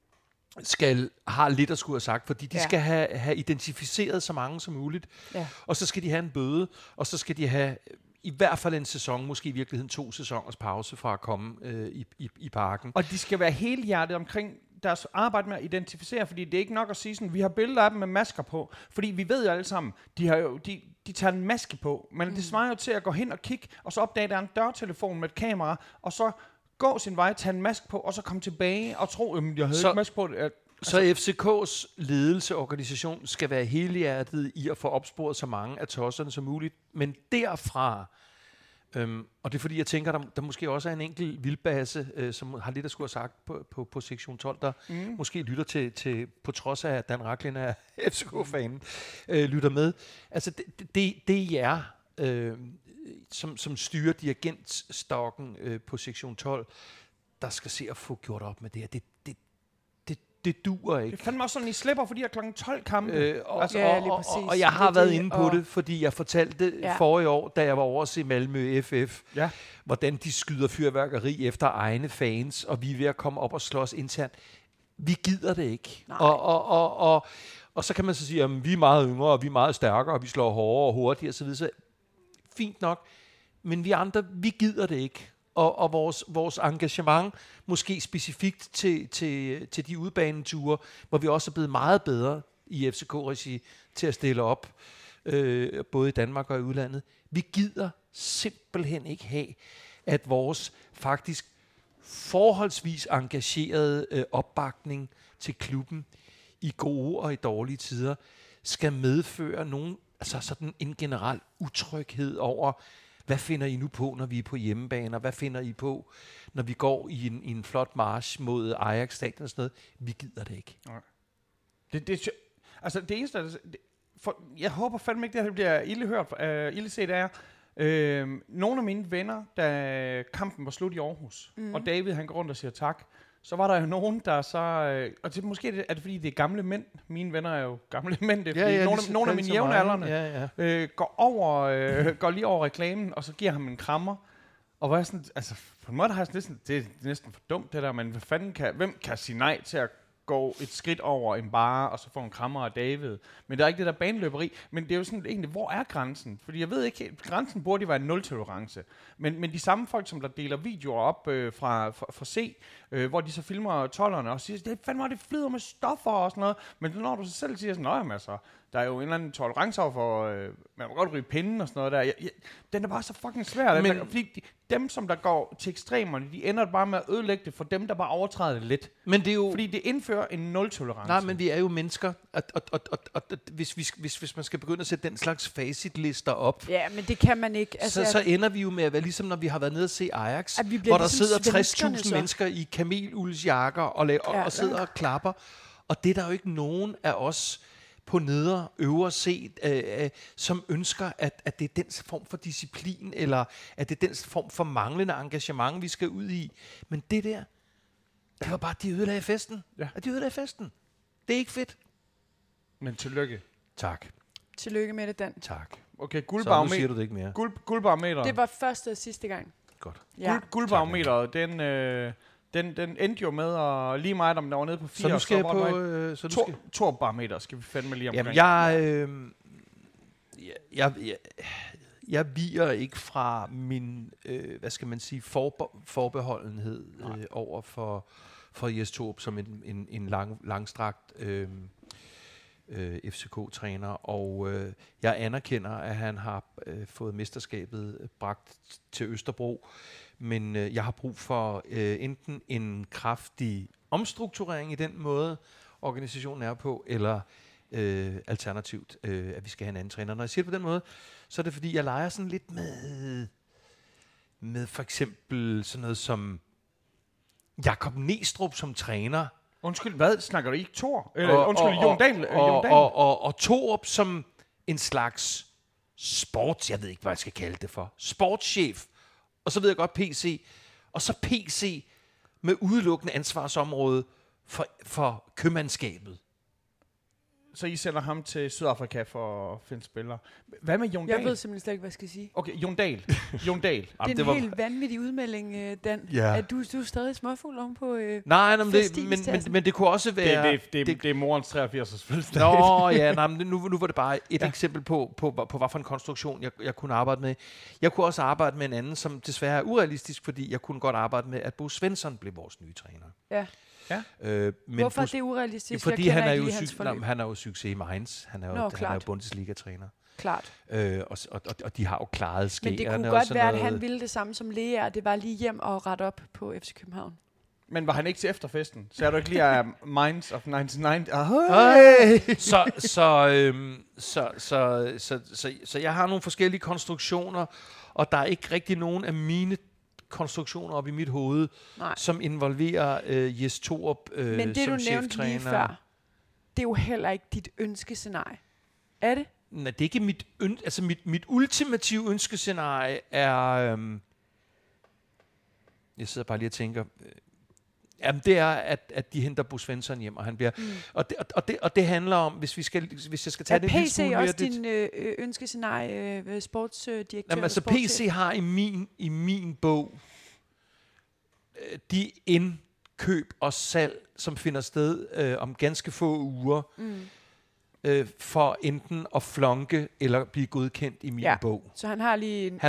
har lidt at skulle have sagt, fordi de skal have identificeret så mange som muligt, og så skal de have en bøde, og så skal de have i hvert fald en sæson, måske i virkeligheden 2 sæsoners pause fra at komme i parken. Og de skal være helhjertet omkring deres arbejde med at identificere, fordi det er ikke nok at sige sådan, vi har billeder af dem med masker på, fordi vi ved jo alle sammen, de tager en maske på, men det svarer jo til at gå hen og kigge, og så opdage, der er en dørtelefon med et kamera, og så gå sin vej, tage en maske på, og så komme tilbage og tro, jeg havde ikke maske på det. Så FCK's ledelseorganisation skal være helhjertet i at få opsporet så mange af tosserne som muligt, men derfra, og det er fordi, jeg tænker, der måske også er en enkelt vildbase, som har lidt at skulle have sagt på sektion 12, der måske lytter til, på trods af, at Dan Rachlin er FCK-fanen, lytter med. Altså, det er som styrer dirigentstokken på sektion 12, der skal se at få gjort op med det her. Det duer ikke. Det fandme også sådan, I slipper for de her kl. 12 kampe. Og jeg har været inde på det, fordi jeg fortalte forrige år, da jeg var over at se Malmø FF, hvordan de skyder fyrværkeri efter egne fans, og vi er ved at komme op og slås internt. Vi gider det ikke. Og så kan man så sige, at vi er meget yngre, og vi er meget stærkere, og vi slår hårdere og hurtigere osv. Så fint nok. Men vi andre, vi gider det ikke. Og vores engagement, måske specifikt til de udbaneture, hvor vi også er blevet meget bedre i FCK-regi til at stille op, både i Danmark og i udlandet. Vi gider simpelthen ikke have, at vores faktisk forholdsvis engagerede opbakning til klubben i gode og i dårlige tider skal medføre nogen, altså sådan en generel utryghed over, hvad finder I nu på, når vi er på hjemmebane, og hvad finder I på, når vi går i en flot march mod Ajax-stadion og sådan noget. Vi gider det ikke. Altså det eneste, jeg håber fandme ikke, det bliver ildeset er, nogle af mine venner, da kampen var slut i Aarhus, og David han går rundt og siger tak, så var der jo nogen, der så... og det, måske er det, fordi det er gamle mænd. Mine venner er jo gamle mænd. Det er fordi nogle af mine jævnaldrende går lige over reklamen, og så giver ham en krammer. Og hvor jeg sådan... Altså, på en måde har jeg sådan, det er næsten for dumt, det der. Men hvem kan sige nej til at gå et skridt over en bar, og så få en krammer af David? Men der er ikke det der baneløberi. Men det er jo sådan egentlig, hvor er grænsen? Fordi jeg ved ikke, grænsen burde jo være 0-tolerance. Men de samme folk, som der deler videoer op fra C, hvor de så filmer 12'erne og siger, det fandme, det flyder med stoffer og sådan noget. Men når du så selv siger sådan, jamen altså, der er jo en eller anden tolerance over for, man må godt ryge pinden og sådan noget der. Den er bare så fucking svær. Fordi dem, som der går til ekstremerne, de ender bare med at ødelægge det for dem, der bare overtræder det lidt. Men det er jo... Fordi det indfører en 0-tolerance. Nej, men vi er jo mennesker, og hvis man skal begynde at sætte den slags facitlister op, ja, men det kan man ikke. Altså, så ender vi jo med at være ligesom, når vi har været nede og se Ajax, hvor der sidder 60.000 mennesker i kameluldsjakker og sidder og klapper. Og det er der jo ikke nogen af os på nedre øvre set, som ønsker, at det er den form for disciplin, eller at det er den form for manglende engagement, vi skal ud i. Men det der, det var bare, de ødelagde festen. Ja. De ødelagde festen. Det er ikke fedt. Men tillykke. Tak. Tillykke med det, Dan. Tak. Okay, så nu siger du det ikke mere. Guldbarometer. Det var første og sidste gang. Godt. Ja. Guldbarometeret, den endte jo med, og lige meget om der var nede på 4. Så nu skal jeg på... Torbarometer skal vi fandme lige omkring. Jamen, jeg viger ikke fra min, hvad skal man sige, forbeholdenhed over for Jes Torup som en langstrakt FCK-træner, og jeg anerkender, at han har fået mesterskabet bragt til Østerbro, men jeg har brug for enten en kraftig omstrukturering i den måde, organisationen er på, eller alternativt, at vi skal have en anden træner. Når jeg siger det på den måde, så er det fordi, jeg leger sådan lidt med for eksempel sådan noget som Jakob Nestrup som træner. Undskyld, hvad? Snakker du ikke Thor? Jon Dahl? Og Torup som en slags jeg ved ikke, hvad jeg skal kalde det for, sportschef. Og så ved jeg godt PC. Og så PC med udelukkende ansvarsområde for købmandskabet. Så I sender ham til Sydafrika for at finde spillere. Hvad med Jon Dahl? Jeg ved simpelthen slet ikke, hvad jeg skal sige. Okay, Jon Dahl. Det er en helt vanvittig udmelding, Dan. Ja. At du er stadig småfugl oven på men det kunne også være... Det er morens 83'ers fødselsdag. Nå, ja, nu var det bare et eksempel på hvad for en konstruktion, jeg kunne arbejde med. Jeg kunne også arbejde med en anden, som desværre er urealistisk, fordi jeg kunne godt arbejde med, at Bo Svensson blev vores nye træner. Ja. Ja. Hvorfor er det urealistisk? Fordi han er jo succes i Mainz. Han er jo Bundesliga-træner. Klart. Og de har jo klaret skærene. Men det kunne godt være, at han ville det samme som Lea, det var lige hjem og rette op på FC København. Men var han ikke til efterfesten? Så er du ikke lige Minds of 99? Så jeg har nogle forskellige konstruktioner, og der er ikke rigtig nogen af mine konstruktioner op i mit hoved, som involverer Jes Torup som cheftræner. Men det, du nævnte lige før, det er jo heller ikke dit ønskescenarie. Er det? Nej, det er ikke mit ultimative ønskescenarie er... jeg sidder bare lige og tænker... Jamen, det er, at de henter Bo Svensson hjem, og han bliver... Og det handler om, hvis jeg skal tage det en lille smule mere... Er PC også din ønskescenarie, sportsdirektør? Jamen, altså, PC har i min bog de indkøb og salg, som finder sted om ganske få uger, for enten at flonke eller blive godkendt i min bog. Så han har lige en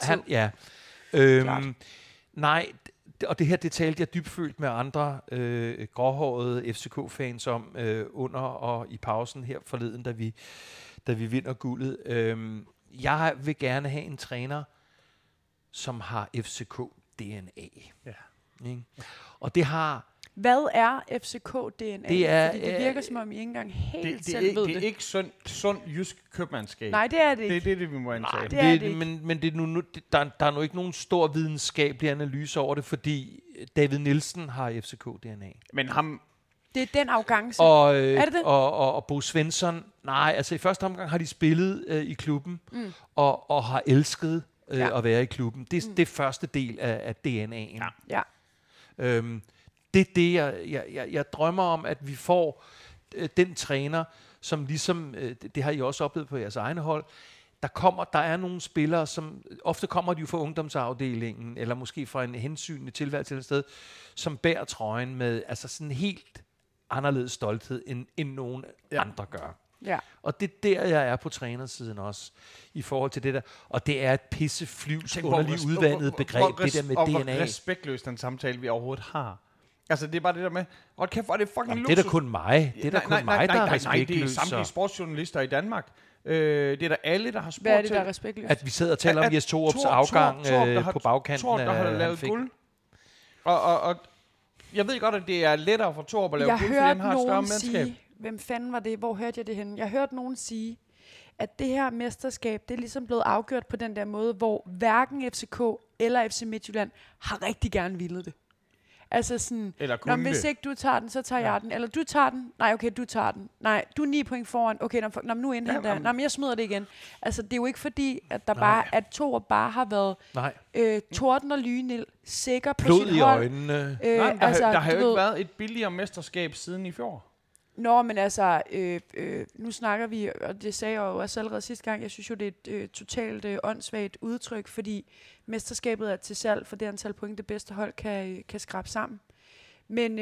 nej, og det her, det talte jeg dybfølt med andre gråhårede FCK-fans om under og i pausen her forleden, da vi vinder guldet. Jeg vil gerne have en træner, som har FCK-DNA. Ja. Ikke? Og det har... Hvad er FCK-DNA? Det virker som om I ikke engang helt selv ved det. Det er ikke sund jysk købmandskab. Nej, det er det ikke. Det er det, vi må antage. Det er det ikke. Men det er nu, der er nu ikke nogen stor videnskabelig analyse over det, fordi David Nielsen har FCK-DNA. Men ham... Det er den arrogance. Er det det? Og Bo Svensson, nej, altså i første omgang har de spillet i klubben, og har elsket at være i klubben. Det er første del af DNA'en. Ja. Det er det, jeg drømmer om, at vi får den træner, som ligesom, det har I også oplevet på jeres egne hold, der er nogle spillere, som ofte kommer de jo fra ungdomsafdelingen, eller måske fra en hensynlig tilværelse til et sted, som bærer trøjen med altså sådan helt anderledes stolthed, end nogen andre gør. Ja. Og det er der, jeg er på trænersiden også, i forhold til det der. Og det er et pisseflyvs underligt udvandet begreb, det der med DNA. Hvor respektløst den samtale, vi overhovedet har. Altså, det er bare det der med, kæft, hvor er det fucking luksus. Det er da kun mig. Det er da kun mig, der er respektløs. Nej, det er samtlige sportsjournalister i Danmark. Det er der alle, der har spurgt til. Hvad er det, der er respektløst? At vi sidder og taler om Jes Torups afgang på bagkanten. Torup, der har lavet guld. Og jeg ved godt, at det er lettere for Torup at lave guld, fordi han har et større mandskab. Hvem fanden var det? Hvor hørte jeg det henne? Jeg hørte nogen sige, at det her mesterskab, det er ligesom blevet afgjort på den der måde, hvor hverken FCK eller FC Midtjylland har rigtig gerne villet det. Altså sådan, hvis ikke du tager den, så tager jeg den. Eller du tager den. Nej, okay, du tager den. Nej, du er 9 point foran. Okay, nu indhenter jeg. Nej, men jeg smider det igen. Altså, det er jo ikke fordi, at at Torup bare har været torden og lynild, sikker på blod sit i hold. øjnene. Der har jo ikke været et billigere mesterskab siden i fjor. Nå, men altså, nu snakker vi, og det sagde jeg jo også allerede sidste gang, jeg synes jo, det er et totalt åndssvagt udtryk, fordi mesterskabet er til salg for det antal point, det bedste hold kan skrabe sammen. Men,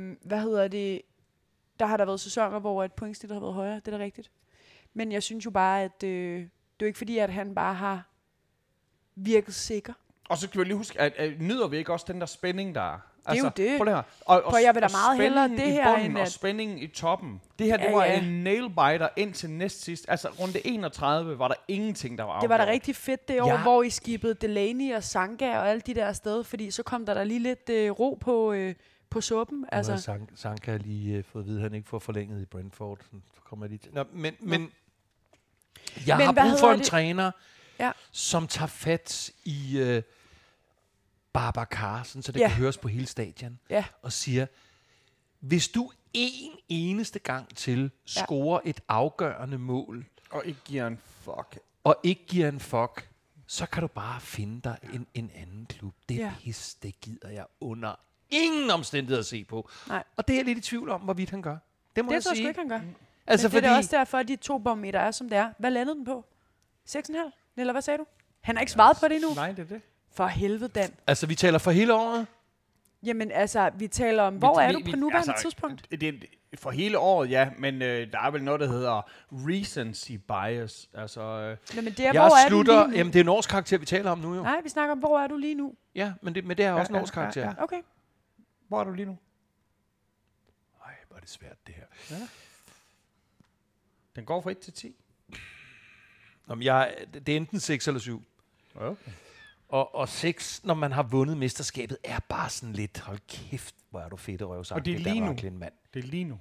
der har der været sæsoner, hvor et pointsnit har været højere, det er da rigtigt. Men jeg synes jo bare, at det er jo ikke fordi, at han bare har virket sikker. Og så kan vi lige huske, at nyder vi ikke også den der spænding, der er? Det er jo det. Prøv det her. For jeg vil da meget hellere det her, end og spændingen i toppen. Det her, det var en nailbiter indtil næst sidst. Altså, runde 31 var der ingenting, der var afgjort. Det var da rigtig fedt det år, hvor I skibede Delaney og Sanka og alle de der afsted, fordi så kom der lige lidt ro på suppen. Altså. Sanka lige fået at vide, at han ikke får forlænget i Brentford. Så kommer lige til. Nå, men jeg har brug for en træner, som tager fat i... Babacar, så det kan høres på hele stadion, og siger, hvis du en eneste gang til scorer et afgørende mål, og ikke giver en fuck, så kan du bare finde dig en anden klub. Det pis, det gider jeg under ingen omstændigheder at se på. Nej. Og det er jeg lidt i tvivl om, hvorvidt han gør. Det må jeg sige. Det tror jeg ikke, han gør. Altså, men det er også derfor, at de 2 barometer er, som det er. Hvad landede den på? 6,5? Eller hvad sagde du? Han har ikke svaret på det endnu. Nej, det er det. For helvede, Dan. Altså, vi taler for hele året? Jamen, altså, vi taler om, hvor er du på nuværende tidspunkt? For hele året, ja, men der er vel noget, der hedder recency bias. Altså, men det er, hvor er du lige nu? Jamen, det er en årskarakter, vi taler om nu, jo. Nej, vi snakker om, hvor er du lige nu? Ja, men det er også en årskarakter. Ja. Okay. Hvor er du lige nu? Ej, hvor er det svært, det her. Ja. Den går fra 1 til 10. Det er enten 6 eller 7. Okay. Og 6, når man har vundet mesterskabet, er bare sådan lidt, hold kæft, hvor er du fedt at røve sammen. Og det er lige nu. Det er lige nu.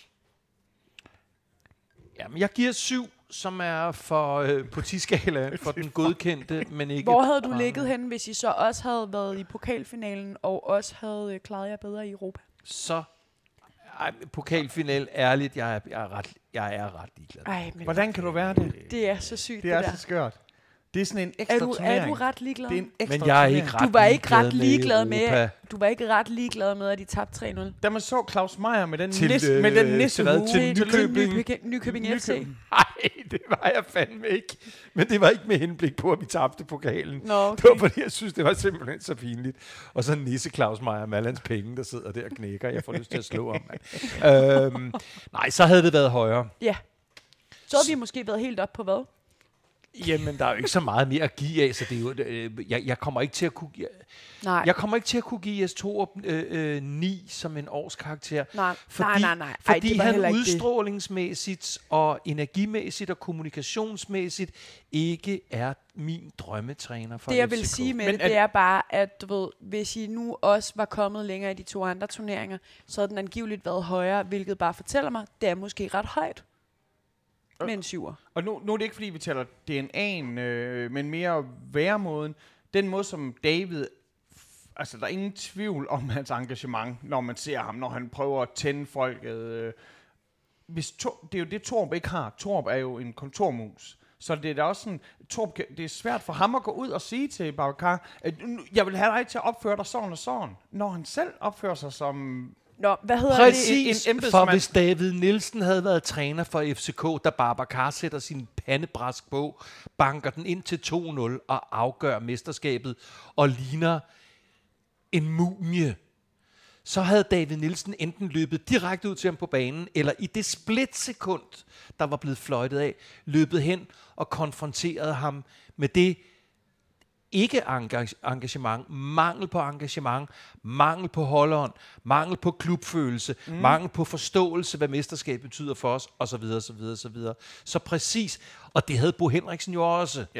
Jamen, jeg giver 7, som er på 10-skala for den godkendte, men ikke... Hvor havde du ligget henne, hvis I så også havde været i pokalfinalen, og også havde klaret jer bedre i Europa? Så... pokalfinal, ærligt, jeg Jeg er ret ligeglad. Ej, men hvordan kan du være det? Det er så sygt, det er så skørt. Det er sådan en ekstra turnering. Er du ret ligeglad? Det er en ekstra men jeg er ikke ret du var ikke ret ligeglad med Du var ikke ret ligeglad med, at de tabte 3-0. Da man så Claus Meier med den nissehue til Nykøbing FC. Nej, det var jeg fandme ikke. Men det var ikke med henblik på, at vi tabte pokalen. Nå, okay. Det var fordi, jeg synes, det var simpelthen så pinligt. Og så nisse Claus Meier med alle hans penge, der sidder der og knækker. Jeg får lyst til at slå ham. Nej, så havde det været højere. Ja. Så havde vi måske været helt op på hvad? Jamen, der er jo ikke så meget mere at give af, så det er jo, jeg kommer ikke til at kunne give... Nej. Jeg kommer ikke til at kunne give Jes Torup 9 som en årskarakter. Nej. Fordi han udstrålingsmæssigt og energimæssigt og kommunikationsmæssigt ikke er min drømmetræner for det, jeg vil sige med det er bare, at du ved, hvis I nu også var kommet længere i de 2 andre turneringer, så havde den angiveligt været højere, hvilket bare fortæller mig, det er måske ret højt. Med en 7'er. Og nu er det ikke, fordi vi taler DNA'en, men mere væremåden. Den måde, som David... Altså, der er ingen tvivl om hans engagement, når man ser ham, når han prøver at tænde folket. Det er jo det, Torup ikke har. Torup er jo en kontormus. Så det er da også sådan... det er svært for ham at gå ud og sige til Babacar, at jeg vil have dig til at opføre dig sådan og sådan, når han selv opfører sig som... Nå, hvad hedder præcis, det? For hvis David Nielsen havde været træner for FCK, da Babacar sætter sin pandebræsk på, banker den ind til 2-0 og afgør mesterskabet og ligner en mumie, så havde David Nielsen enten løbet direkte ud til ham på banen, eller i det splitsekund, der var blevet fløjtet af, løbet hen og konfronteret ham med det ikke engagement, mangel på engagement, mangel på holdånd, mangel på klubfølelse, mangel på forståelse, hvad mesterskab betyder for os, osv. osv. Så præcis, og det havde Bo Henriksen jo også. Ja.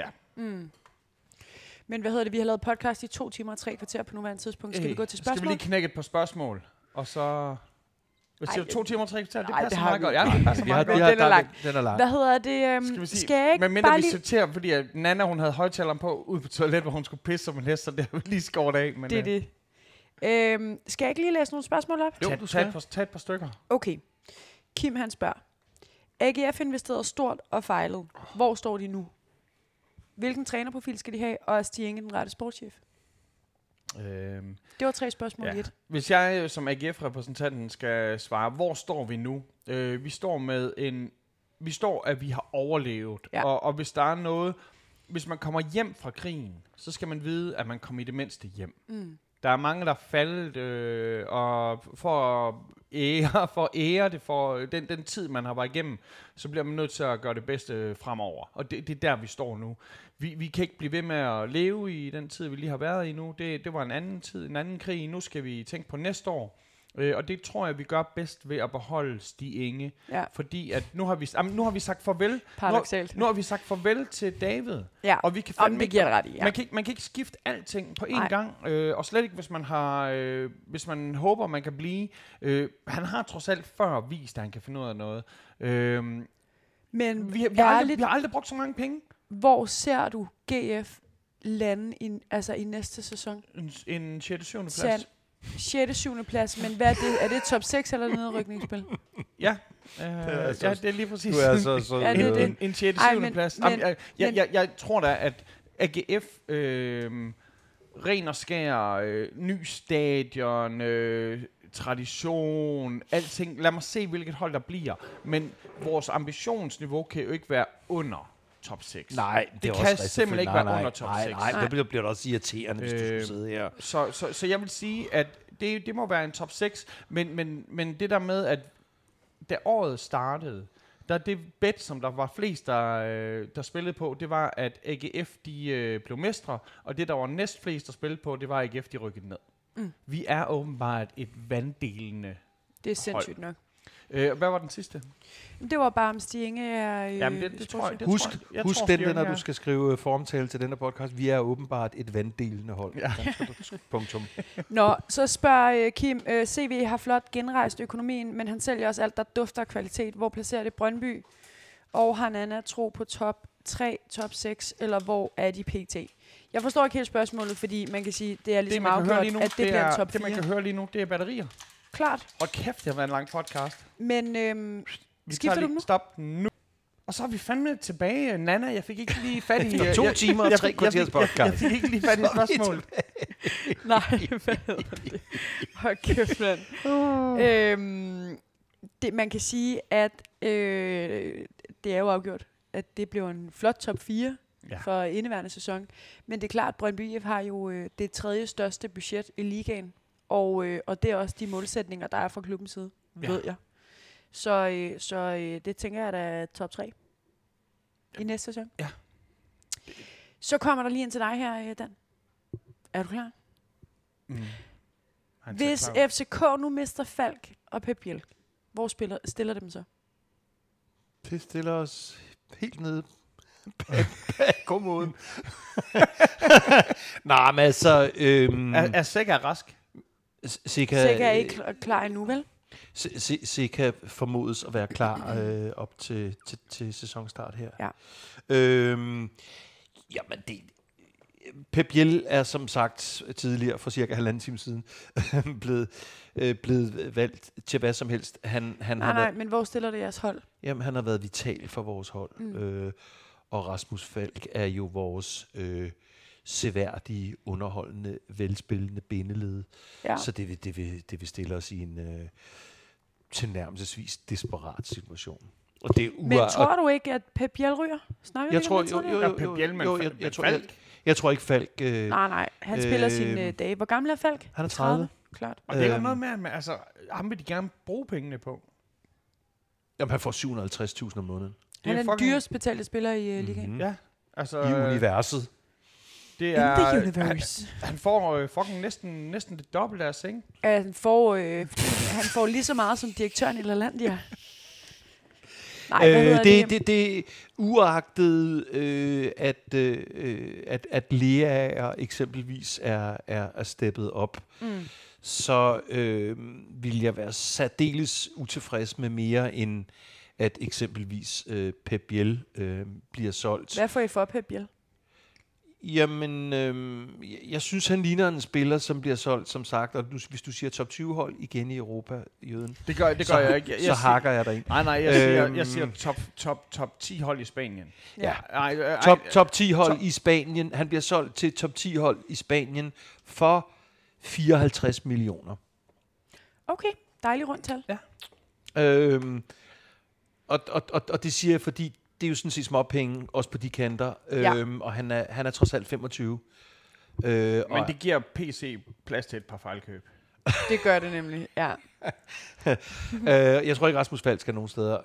Men hvad hedder det, vi har lavet podcast i 2 timer og 3 kvarter på nuværende tidspunkt. Skal vi gå til spørgsmål? Skal vi lige knække et par spørgsmål, og så... Hvis det er 2 timer og 3 kvarter, det passer meget godt. Ja, det passer meget godt. Den er lang. Hvad hedder det? Skal jeg ikke men bare lige... vi sorterer, fordi Nana, hun havde højtaleren på ude på toilet, hvor hun skulle pisse som en hest, så det har vi lige skåret af. Men, det er det. Skal jeg ikke lige læse nogle spørgsmål op? Jo, tag et par stykker. Okay. Kim, han spørger. AGF investerede stort og fejlede. Hvor står de nu? Hvilken trænerprofil skal de have, og er Stig Inge den rette sportschef? Det var 3 spørgsmål i et. Hvis jeg som AGF-repræsentanten skal svare, hvor står vi nu? Vi står, at vi har overlevet. Ja. Og hvis der er noget... Hvis man kommer hjem fra krigen, så skal man vide, at man kommer i det mindste hjem. Der er mange, der er faldet, og for ære det for den tid, man har været igennem, så bliver man nødt til at gøre det bedste fremover. Og det er der, vi står nu. Vi kan ikke blive ved med at leve i den tid, vi lige har været i nu. Det var en anden tid, en anden krig. Nu skal vi tænke på næste år. Og det tror jeg, vi gør bedst ved at beholde Stig Inge. Ja. Fordi at nu har vi sagt farvel. Paradoksalt. Nu har vi sagt farvel til David. Ja, og vi kan det giver det ret i. Ja. Man kan ikke skifte alting på én gang. Og slet ikke, hvis man håber, man kan blive. Han har trods alt før vist, at han kan finde ud af noget. Men vi har aldrig brugt så mange penge. Hvor ser du GF lande i næste sæson? En 6. 7. plads. 6. 7. plads, men hvad er det? Er det top 6 eller nedrykningsspil? Ja, det er lige præcis. Du er så en 6. 7. plads. Jeg tror da, at AGF, ren og skær, ny stadion, tradition, alting. Lad mig se, hvilket hold der bliver. Men vores ambitionsniveau kan jo ikke være under top 6. Nej, det kan simpelthen ikke være under top 6. Nej, det bliver da også irriterende, hvis du skulle sidde her. Så jeg vil sige, at det må være en top 6, men det der med, at da året startede, der det bet, som der var flest, der spillede på, det var, at AGF de blev mestre, og det, der var næst flest, der spillede på, det var, at AGF de rykkede ned. Vi er åbenbart et vanddelende Det er sindssygt nok. Hvad var den sidste? Det var bare om Stig Inge er... Jamen, det tror jeg. Husk den, når du skal skrive formtale til denne podcast. Vi er åbenbart et vanddelende hold. Ja. Punktum. Nå, så spørger Kim, CV har flot genrejst økonomien, men han sælger også alt, der dufter af kvalitet. Hvor placerer det Brøndby? Og har han Anna tro på top 3, top 6, eller hvor er de pt? Jeg forstår ikke helt spørgsmålet, fordi man kan sige, det er ligesom afgjort, at det bliver en top 4. Det, man kan høre lige nu, det er batterier. Klart. Og kæft, det har været en lang podcast. Men Skifter du nu? Stop nu. Og så er vi fandme tilbage. Nana, jeg fik ikke lige fat i... 2 timer og 3 kvarters podcast. Jeg fik ikke lige fat i spørgsmål. Nej, hvad hedder det? Hold kæft, mand. Man kan sige, at det er jo afgjort, at det bliver en flot top 4 for indeværende sæson. Men det er klart, at Brøndby IF har jo det 3. største budget i ligaen. Og det er også de målsætninger, der er fra klubbens side, ved jeg. Så det tænker jeg, der er top 3 i næste sæson. Ja. Så kommer der lige ind til dig her, Dan. Er du klar? Hvis FCK nu mister Falk og Pep Biel, hvor stiller dem så? Det stiller os helt nede på måden. Nej, men altså... Er Sega rask? Sega er ikke klar endnu, vel? Sega formodes at være klar op til sæsonstart her. Ja. Jamen, Pep Biel er som sagt tidligere, for cirka 1,5 time siden, blevet valgt til hvad som helst. Nej, men hvor stiller det jeres hold? Jamen, han har været vital for vores hold. Og Rasmus Falk er jo vores seværdige, underholdende, velspillende bindeled. Ja. Så det vil stille os i en tilnærmelsesvis desperat situation. Og det men tror du ikke, at Pep Biel ryger? Jeg tror ikke Falk... Nej, han spiller sine dage. Hvor gammel er Falk? Han er 30. Klart. Og det er jo noget med, altså, ham vil de gerne bruge pengene på. Jamen, han får 750.000 om måneden. Han er den dyrest betalte spiller i ligaen. Ja, altså... I universet. Det er... Han får fucking næsten det dobbelte af seng. Han får lige så meget som direktøren i LaLandia. Nej, det uagtet at Lea eksempelvis er steppet op, så vil jeg være særdeles utilfreds med mere end at eksempelvis Pep Biel bliver solgt. Hvad får I for Pep Biel? Jamen, jeg synes, han ligner en spiller, som bliver solgt, som sagt. Og hvis du siger top 20 hold igen i Europa, Jøden. Det gør jeg ikke. Så hakker jeg dig ind. Nej, jeg siger top 10 hold i Spanien. Ja. Top 10 hold i Spanien. Han bliver solgt til top 10 hold i Spanien for 54 millioner. Okay, dejligt rundt tal. Ja. Og det siger jeg, fordi det er jo sådan set småpenge, også på de kanter. Og han er trods alt 25. Men det giver PC plads til et par fejlkøb. Det gør det nemlig, ja. Jeg tror ikke, Rasmus Falk skal nogen steder.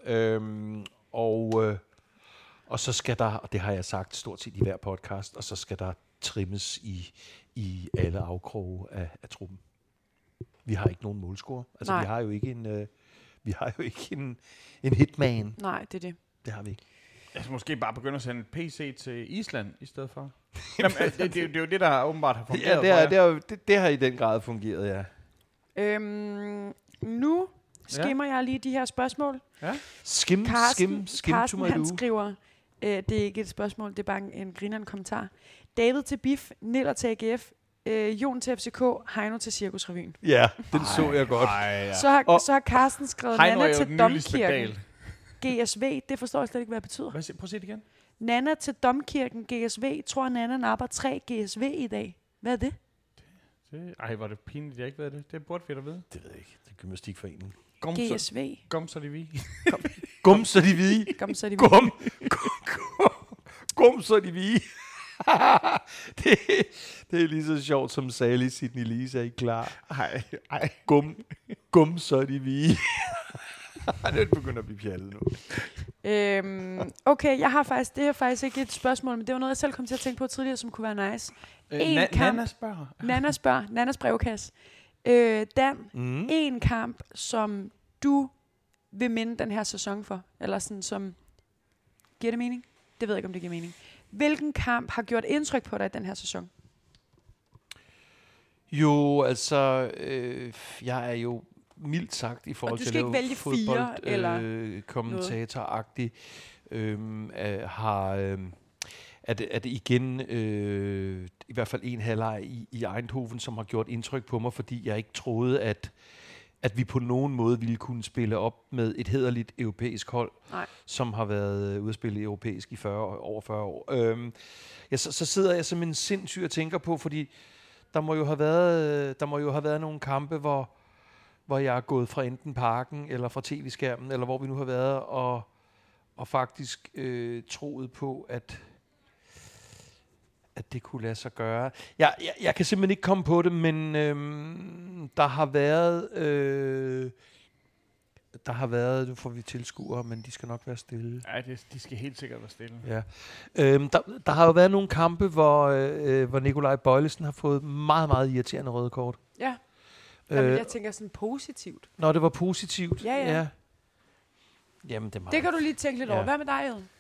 Og så skal der, og det har jeg sagt stort set i hver podcast, og så skal der trimmes i alle afkroge af truppen. Vi har ikke nogen målscorer. Altså, vi har jo ikke en hitman. Nej, det er det. Det har vi ikke. Jeg skal måske bare begynde at sende PC til Island i stedet for. Jamen, det er jo det, der åbenbart har fungeret. Ja, det har i den grad fungeret, ja. Nu skimmer jeg lige de her spørgsmål. Ja. Skim Carsten, han skriver, det er ikke et spørgsmål, det er bare en grinerende kommentar. David til BIF, Niller til AGF, Jon til FCK, Heino til Cirkusrevyen. Ja, den så jeg godt. Så har Carsten skrevet Nana til Domkirken. GSV, det forstår jeg slet ikke, hvad det betyder. Prøv at se det igen. Nana til Domkirken, GSV. Tror Nana napper 3 GSV i dag. Hvad er det? Ej, var det pinligt, jeg ikke ved det. Det burde vi da vide. Det ved jeg ikke. Det er gymnastikforeningen. GSV. Gumser de hvide. Gumser de hvide. Gumser de hvide. Gumser de hvide. det er lige så sjovt som Sally Sidney Lise, er I klar? Ej. Gumser de hvide. Det begynder at blive pjallet nu. Okay, det er faktisk ikke et spørgsmål, men det var noget, jeg selv kom til at tænke på tidligere, som kunne være nice. Nana spørger. Nannas brevkasse. Dan, en kamp, som du vil minde den her sæson for, eller sådan som... Giver det mening? Det ved jeg ikke, om det giver mening. Hvilken kamp har gjort indtryk på dig i den her sæson? Jo, altså... jeg er jo mildt sagt i forhold til at lave fodbold kommentatoragtigt er det igen i hvert fald en halvleg i Eindhoven, som har gjort indtryk på mig, fordi jeg ikke troede, at at vi på nogen måde ville kunne spille op med et hæderligt europæisk hold, som har været ude at spille europæisk i over 40 år. Så sidder jeg som en sindssyg og tænker på, fordi der må jo have været nogle kampe, hvor jeg er gået fra enten parken eller fra tv-skærmen, eller hvor vi nu har været, og faktisk troet på, at det kunne lade sig gøre. Jeg kan simpelthen ikke komme på det, men der har været, nu får vi tilskuere, men de skal nok være stille. Ja, de skal helt sikkert være stille. Ja. Der har jo været nogle kampe, hvor Nikolaj Bøjlesen har fået meget, meget irriterende røde kort. Ja. Jamen, jeg tænker sådan positivt. Når det var positivt? Ja. Jamen, det kan du lige tænke lidt over. Hvad med dig, Ed?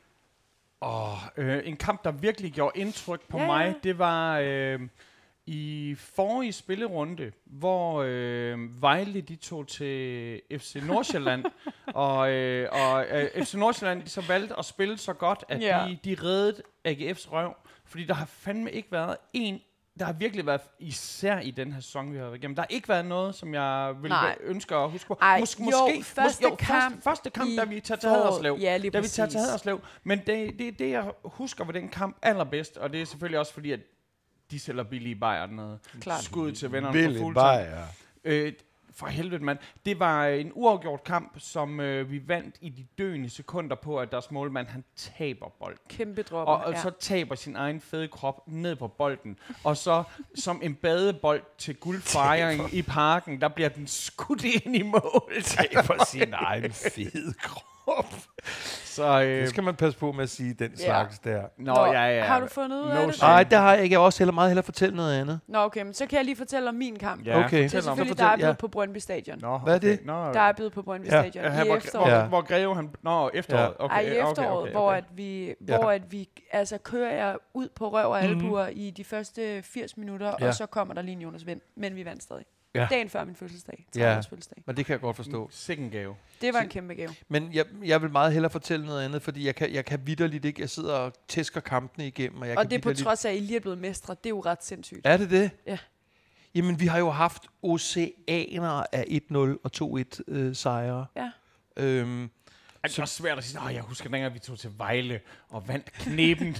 En kamp, der virkelig gjorde indtryk på mig, det var i forrige spillerunde, hvor Vejle de tog til FC Nordsjælland, og FC Nordsjælland så valgte at spille så godt, at de reddede AGF's røv, fordi der har fandme ikke været der har virkelig været, især i den her sæson, vi har været igennem, der har ikke været noget, som jeg ville ønske at huske på. Første kamp, da vi tager til Haderslev. Ja, lige da vi tager til Haderslev. Men det, jeg husker ved den kamp allerbedst, og det er selvfølgelig også fordi, at de sælger billige bajer dernede. Skud til vennerne på fuldtid. For helvede, mand. Det var en uafgjort kamp, som vi vandt i de døende sekunder på, at deres målmand, han taber bolden. Kæmpe dropper, og så taber sin egen fede krop ned på bolden. Og så som en badebold til guldfejring i parken, der bliver den skudt ind i mål. Taber sin egen fede krop. Så, det skal man passe på med at sige, den slags der. Nå, har du fundet ud af det? Nej, det har jeg ikke. Jeg vil også hellere fortælle noget andet. Nå, okay, men så kan jeg lige fortælle om min kamp. Ja, okay. Det er selvfølgelig, der er blevet på Brøndby Stadion. Nå, hvad er det? Der er blevet på Brøndby Stadion i efteråret. Hvor Greve han... Nå, efteråret. Okay, i efteråret, hvor vi altså kører ud på røv og albuer i de første 80 minutter, og så kommer der lige en Jonas Vind, men vi vandt stadig. Dagen før min fødselsdag. Fødselsdag. Men det kan jeg godt forstå. Sikken gave. Det var en kæmpe gave. Men jeg vil meget hellere fortælle noget andet, fordi jeg kan vitterligt ikke. Jeg sidder og tæsker kampene igennem. Og det er på trods af, at I lige er blevet mestre. Det er jo ret sindssygt. Er det? Ja. Jamen, vi har jo haft oceaner af 1-0 og 2-1 sejre. Ja. Det er svært at sige, jeg husker dengang, vi tog til Vejle og vandt knepen.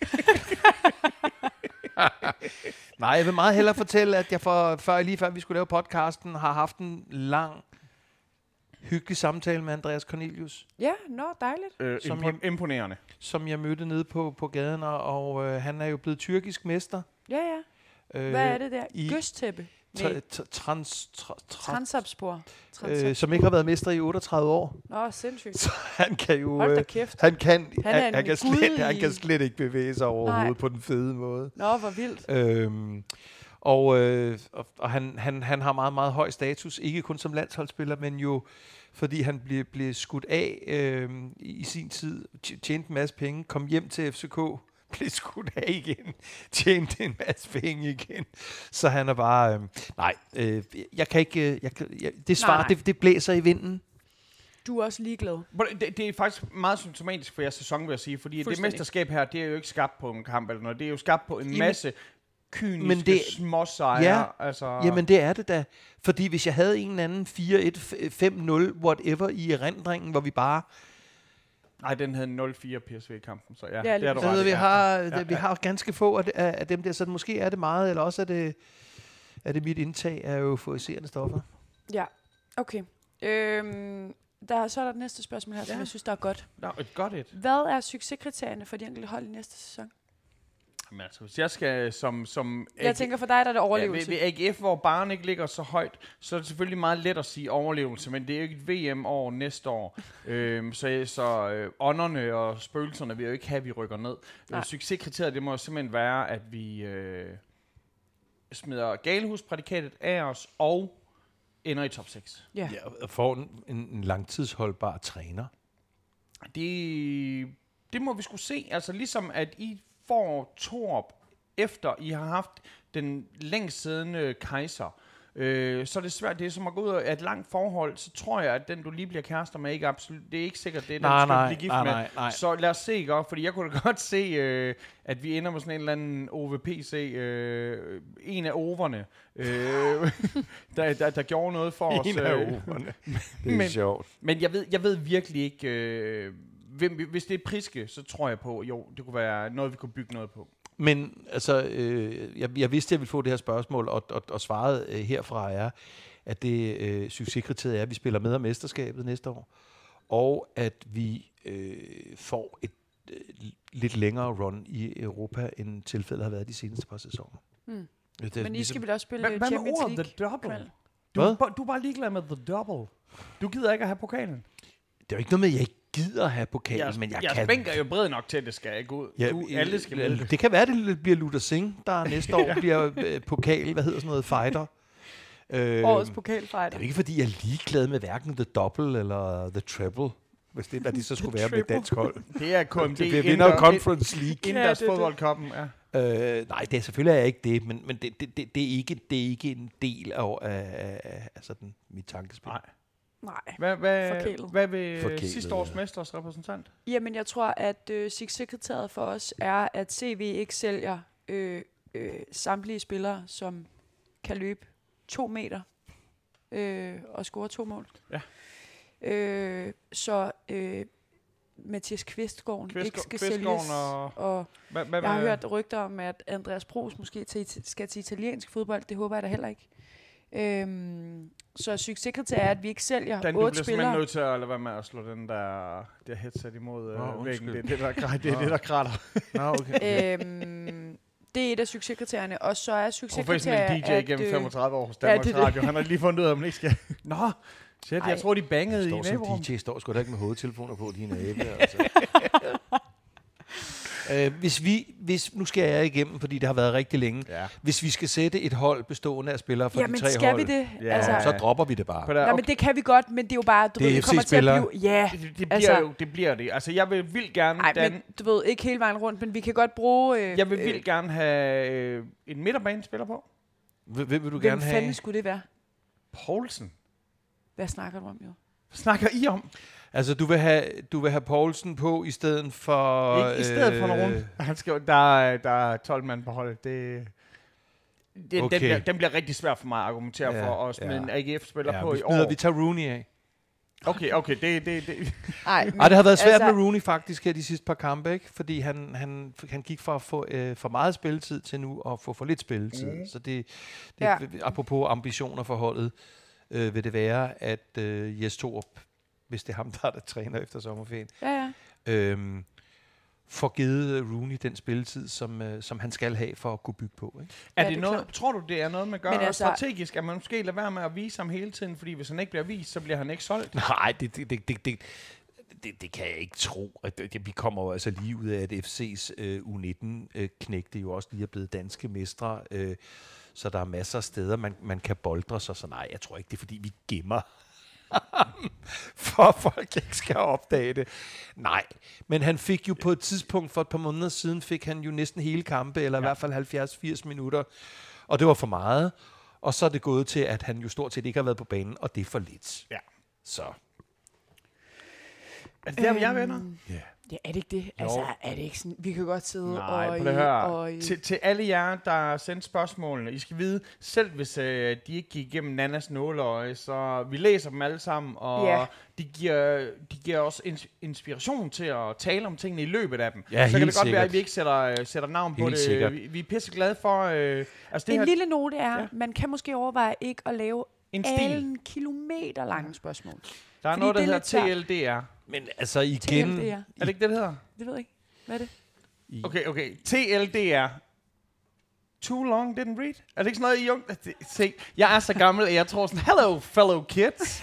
Nej, jeg vil meget hellere fortælle, at jeg lige før vi skulle lave podcasten, har haft en lang, hyggelig samtale med Andreas Cornelius. Ja, dejligt. Imponerende. Som jeg mødte nede på gaden, og han er jo blevet tyrkisk mester. Ja. Hvad er det der? Gøstæppe? Transabspor. Som ikke har været mester i 38 år. Nå, sindssygt. Så han kan jo... Hold da kæft. Han kan slet ikke bevæge sig overhovedet på den fede måde. Nå, hvor vildt. Og han har meget, meget høj status. Ikke kun som landsholdsspiller, men jo fordi han blev skudt af i sin tid. Tjente en masse penge. Kom hjem til FCK. Blev skudt af igen, tjente en masse penge igen. Så han er bare... jeg kan ikke... det svar, det blæser i vinden. Du er også ligeglad. Det er faktisk meget symptomatisk for jeres sæson, vil jeg sige, fordi det mesterskab her, det er jo ikke skabt på en kamp eller noget. Det er jo skabt på en masse kyniske småsejre. Ja, altså. Jamen det er det da. Fordi hvis jeg havde en eller anden 4-1, 5-0, whatever i erindringen, hvor vi bare... Nej, den havde 0-4 PSV-kampen, så det er du ret. Vi har ganske få af dem der, så måske er det meget, eller også er det mit indtag af euforiserende stoffer. Ja, okay. Så er der det næste spørgsmål her, som jeg synes, der er godt. Et godt et. Hvad er succeskriterierne for de enkelte hold i næste sæson? Men altså, hvis jeg skal som jeg tænker for dig, der er det overlevelse. Ved AGF, hvor barn ikke ligger så højt, så er det selvfølgelig meget let at sige overlevelse, men det er jo ikke et VM-år næste år. Så ånderne og spøgelserne vil jo ikke have, at vi rykker ned. Succeskriteriet, det må simpelthen være, at vi smider Galehusprædikatet af os og ender i top 6. Ja, og får en langtidsholdbar træner. Det må vi skulle se. Altså ligesom at I får Torup, efter I har haft den længst siddende kejser, så er det svært. Det er som at gå ud af et langt forhold, så tror jeg, at den, du lige bliver kærester med, ikke absolut, det er ikke sikkert, det er den, du skal blive gift med. Nej. Så lad os se, ikke? Fordi jeg kunne da godt se, at vi ender med sådan en eller anden OVPC, en af overne, der gjorde noget for os. En af overne. Det er sjovt. Men jeg ved virkelig ikke, hvis det er Priske, så tror jeg på, jo, det kunne være noget, vi kunne bygge noget på. Men altså, jeg vidste, at jeg ville få det her spørgsmål, og svaret herfra er, at det succeskriteriet er, at vi spiller med om mesterskabet næste år, og at vi får et lidt længere run i Europa, end tilfældet har været de seneste par sæsoner. Men I skal vel også spille Champions League? The Double? Du er bare ligeglad med The Double. Du gider ikke at have pokalen. Det er jo ikke noget med, at jeg ikke gider at have pokalen, men jeg kan... Jeg bænker jo bred nok til, at det skal ikke ud. Ja, alle skal med det. Det kan være, at det bliver Luther Singh, der næste år bliver pokal, hvad hedder sådan noget, fighter. Årets pokalfighter. Det er jo ikke, fordi jeg er ligeglad med hverken The Double eller The Treble, hvis det er, hvad de så skulle være med dansk hold. Det er KMD. Det vinder Conference League. Indendørs fodboldkoppen, ja. Nej, det er selvfølgelig er ikke det, men det er ikke en del af sådan mit tankespil. Nej. Hvad vil sidste års mesters repræsentant? Jamen, jeg tror, at succeskriteriet for os er, at CV ikke sælger samtlige spillere, som kan løbe 2 meter og score 2 mål. Ja. Så Mathias Kvistgaard ikke skal sælges. Og jeg har hørt rygter om, at Andreas Pros måske skal til italiensk fodbold. Det håber jeg da heller ikke. Så succeskriteriet er, at vi ikke sælger 8 spillere. Du bliver simpelthen nødt til at lade være med at slå den der headset imod væggen. Det er det, der kratter. Okay. Det er et af succeskriterierne, og så er succeskriteriet, professionel DJ gennem 35 år hos Danmarks Radio. Han har lige fundet ud af, at man ikke skal... Nå, shit, jeg tror, de bangede i naborummet. DJ står sgu da ikke med hovedtelefoner på, dine æble, altså. Hvis nu skal jeg igennem, fordi det har været rigtig længe. Ja. Hvis vi skal sætte et hold bestående af spillere fra de 3 skal hold, vi det? Ja. Altså, så dropper vi det bare. Nej, men det kan vi godt, men det er jo bare, det kommer til at blive... Ja, det bliver det. Altså, jeg vil vildt gerne... Nej, men du ved, ikke hele vejen rundt, men vi kan godt bruge... jeg vil vildt gerne have en midterbanespiller på. Vil du gerne have... Hvem fanden skulle det være? Poulsen. Hvad snakker du om, jo? Hvad snakker I om? Altså, du vil have Poulsen på i stedet for... Ikke i stedet for nogen. Der er 12 mand på holdet. Okay. Den bliver rigtig svær for mig at argumentere for at smide en AGF-spiller på i år. Vi tager Rooney af. Okay, det. Ej, det har været svært med Rooney faktisk her de sidste par kampe, ikke? Fordi han gik fra at få for meget spilletid til nu at få for lidt spilletid. Så det apropos ambitioner for holdet, vil det være, at Jes Torup, hvis det er ham, der er der træner efter sommerferien, får givet Rooney den spilletid, som han skal have for at kunne bygge på. Ikke? Er det noget, tror du, det er noget, man gør strategisk? At man måske lader være med at vise ham hele tiden, fordi hvis han ikke bliver vist, så bliver han ikke solgt? Nej, det kan jeg ikke tro. Vi kommer jo altså lige ud af, at FC's U19-knægte jo også lige er blevet danske mestre, så der er masser af steder, man kan boldre sig. Så nej, jeg tror ikke, det er, fordi vi gemmer for folk ikke skal opdage det. Nej, men han fik jo på et tidspunkt for et par måneder siden, fik han jo næsten hele kampe, eller i hvert fald 70-80 minutter, og det var for meget. Og så er det gået til, at han jo stort set ikke har været på banen, og det er for lidt. Ja. Så. Er det der, jeg venner? Ja. Ja, er det ikke det? Altså, er det ikke sådan, vi kan godt sidde til alle jer, der sendte spørgsmålene, I skal vide, selv hvis de ikke gik igennem Nannas nåleøje, så vi læser dem alle sammen, og de giver os inspiration til at tale om tingene i løbet af dem. Ja, så kan det godt være, at vi ikke sætter navn på det. Vi er pisse glade for... en lille note er, man kan måske overveje ikke at lave en kilometer lange spørgsmål. Der er noget, der hedder TLDR. Men altså igen... Er det ikke det hedder? Det ved jeg ikke. Hvad er det? Okay. TLDR. Too long didn't read? Er det ikke sådan noget, I unge? Se, jeg er så gammel, at jeg tror sådan, hello, fellow kids.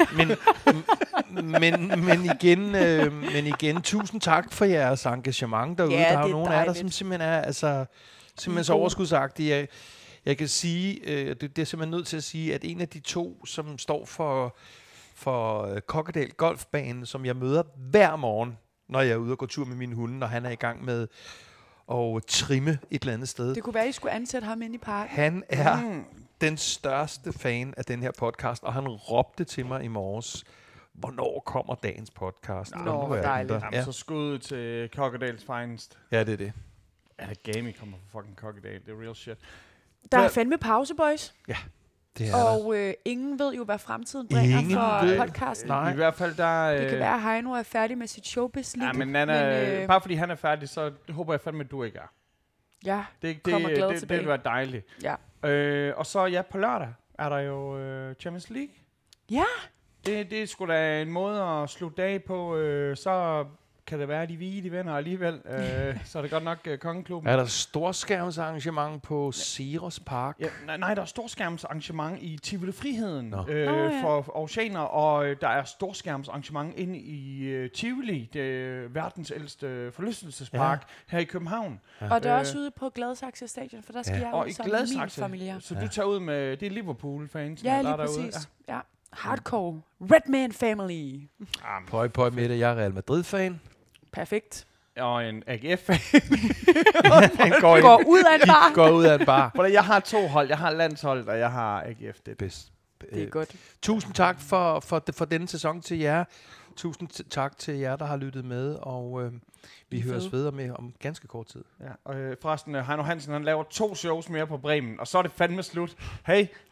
men igen, tusind tak for jeres engagement derude. Der er jo nogle af jer, som simpelthen er simpelthen så overskudsagtige. Jeg kan sige, det er simpelthen nødt til at sige, at en af de 2, som står for Kokkedal Golfbanen, som jeg møder hver morgen, når jeg er ude og går tur med mine hunde, når han er i gang med og trimme et eller andet sted. Det kunne være, at I skulle ansætte ham ind i parken. Han er den største fan af den her podcast, og han råbte til mig i morges, hvornår kommer dagens podcast? Hvor dejligt. Jamen, så skud til Kokkedals Finest. Ja, det er det. Ja, det Gamey kommer fra fucking Kokkedal. Det er real shit. Der er fandme pause, boys. Ja, det er og ingen ved jo, hvad fremtiden bringer for podcasten. Nej. I hvert fald, der... Det kan være, at Heino er færdig med sit showbiz-liv. Ja, men Nana, bare fordi han er færdig, så håber jeg fandme, at du ikke er. Ja, kommer glad tilbage. Det vil være dejligt. Ja. Og så, ja, på lørdag er der jo Champions League. Ja. Det er sgu da en måde at slutte dag på. Så kan det være, at de vinder alligevel. Så er det godt nok Kongeklubben. Er der storskærmsarrangement på Ceres Park? Ja, nej, der er storskærmsarrangement i Tivoli Friheden for oceaner, og der er storskærmsarrangement inde i Tivoli, det verdens ældste forlystelsespark her i København. Ja. Og det er også ude på Gladsaxe Stadion, for der skal jeg ud sammen med min familie. Så du tager ud med, det er Liverpool-fans, ja, lige præcis. Ja. Hardcore. Redman Family. Pøj med det. Jeg er Real Madrid-fan. Perfekt. Og en AGF-fan. går ud af en bar. Går ud af en bar. Fordi jeg har 2 hold. Jeg har landshold, og jeg har AGF. Det er bedst. Det er godt. Tusind tak for denne sæson til jer. Tusind tak til jer, der har lyttet med, og vi høres videre med om ganske kort tid. Ja, og forresten, Heino Hansen, han laver 2 shows mere på Bremen, og så er det fandme slut. Hey,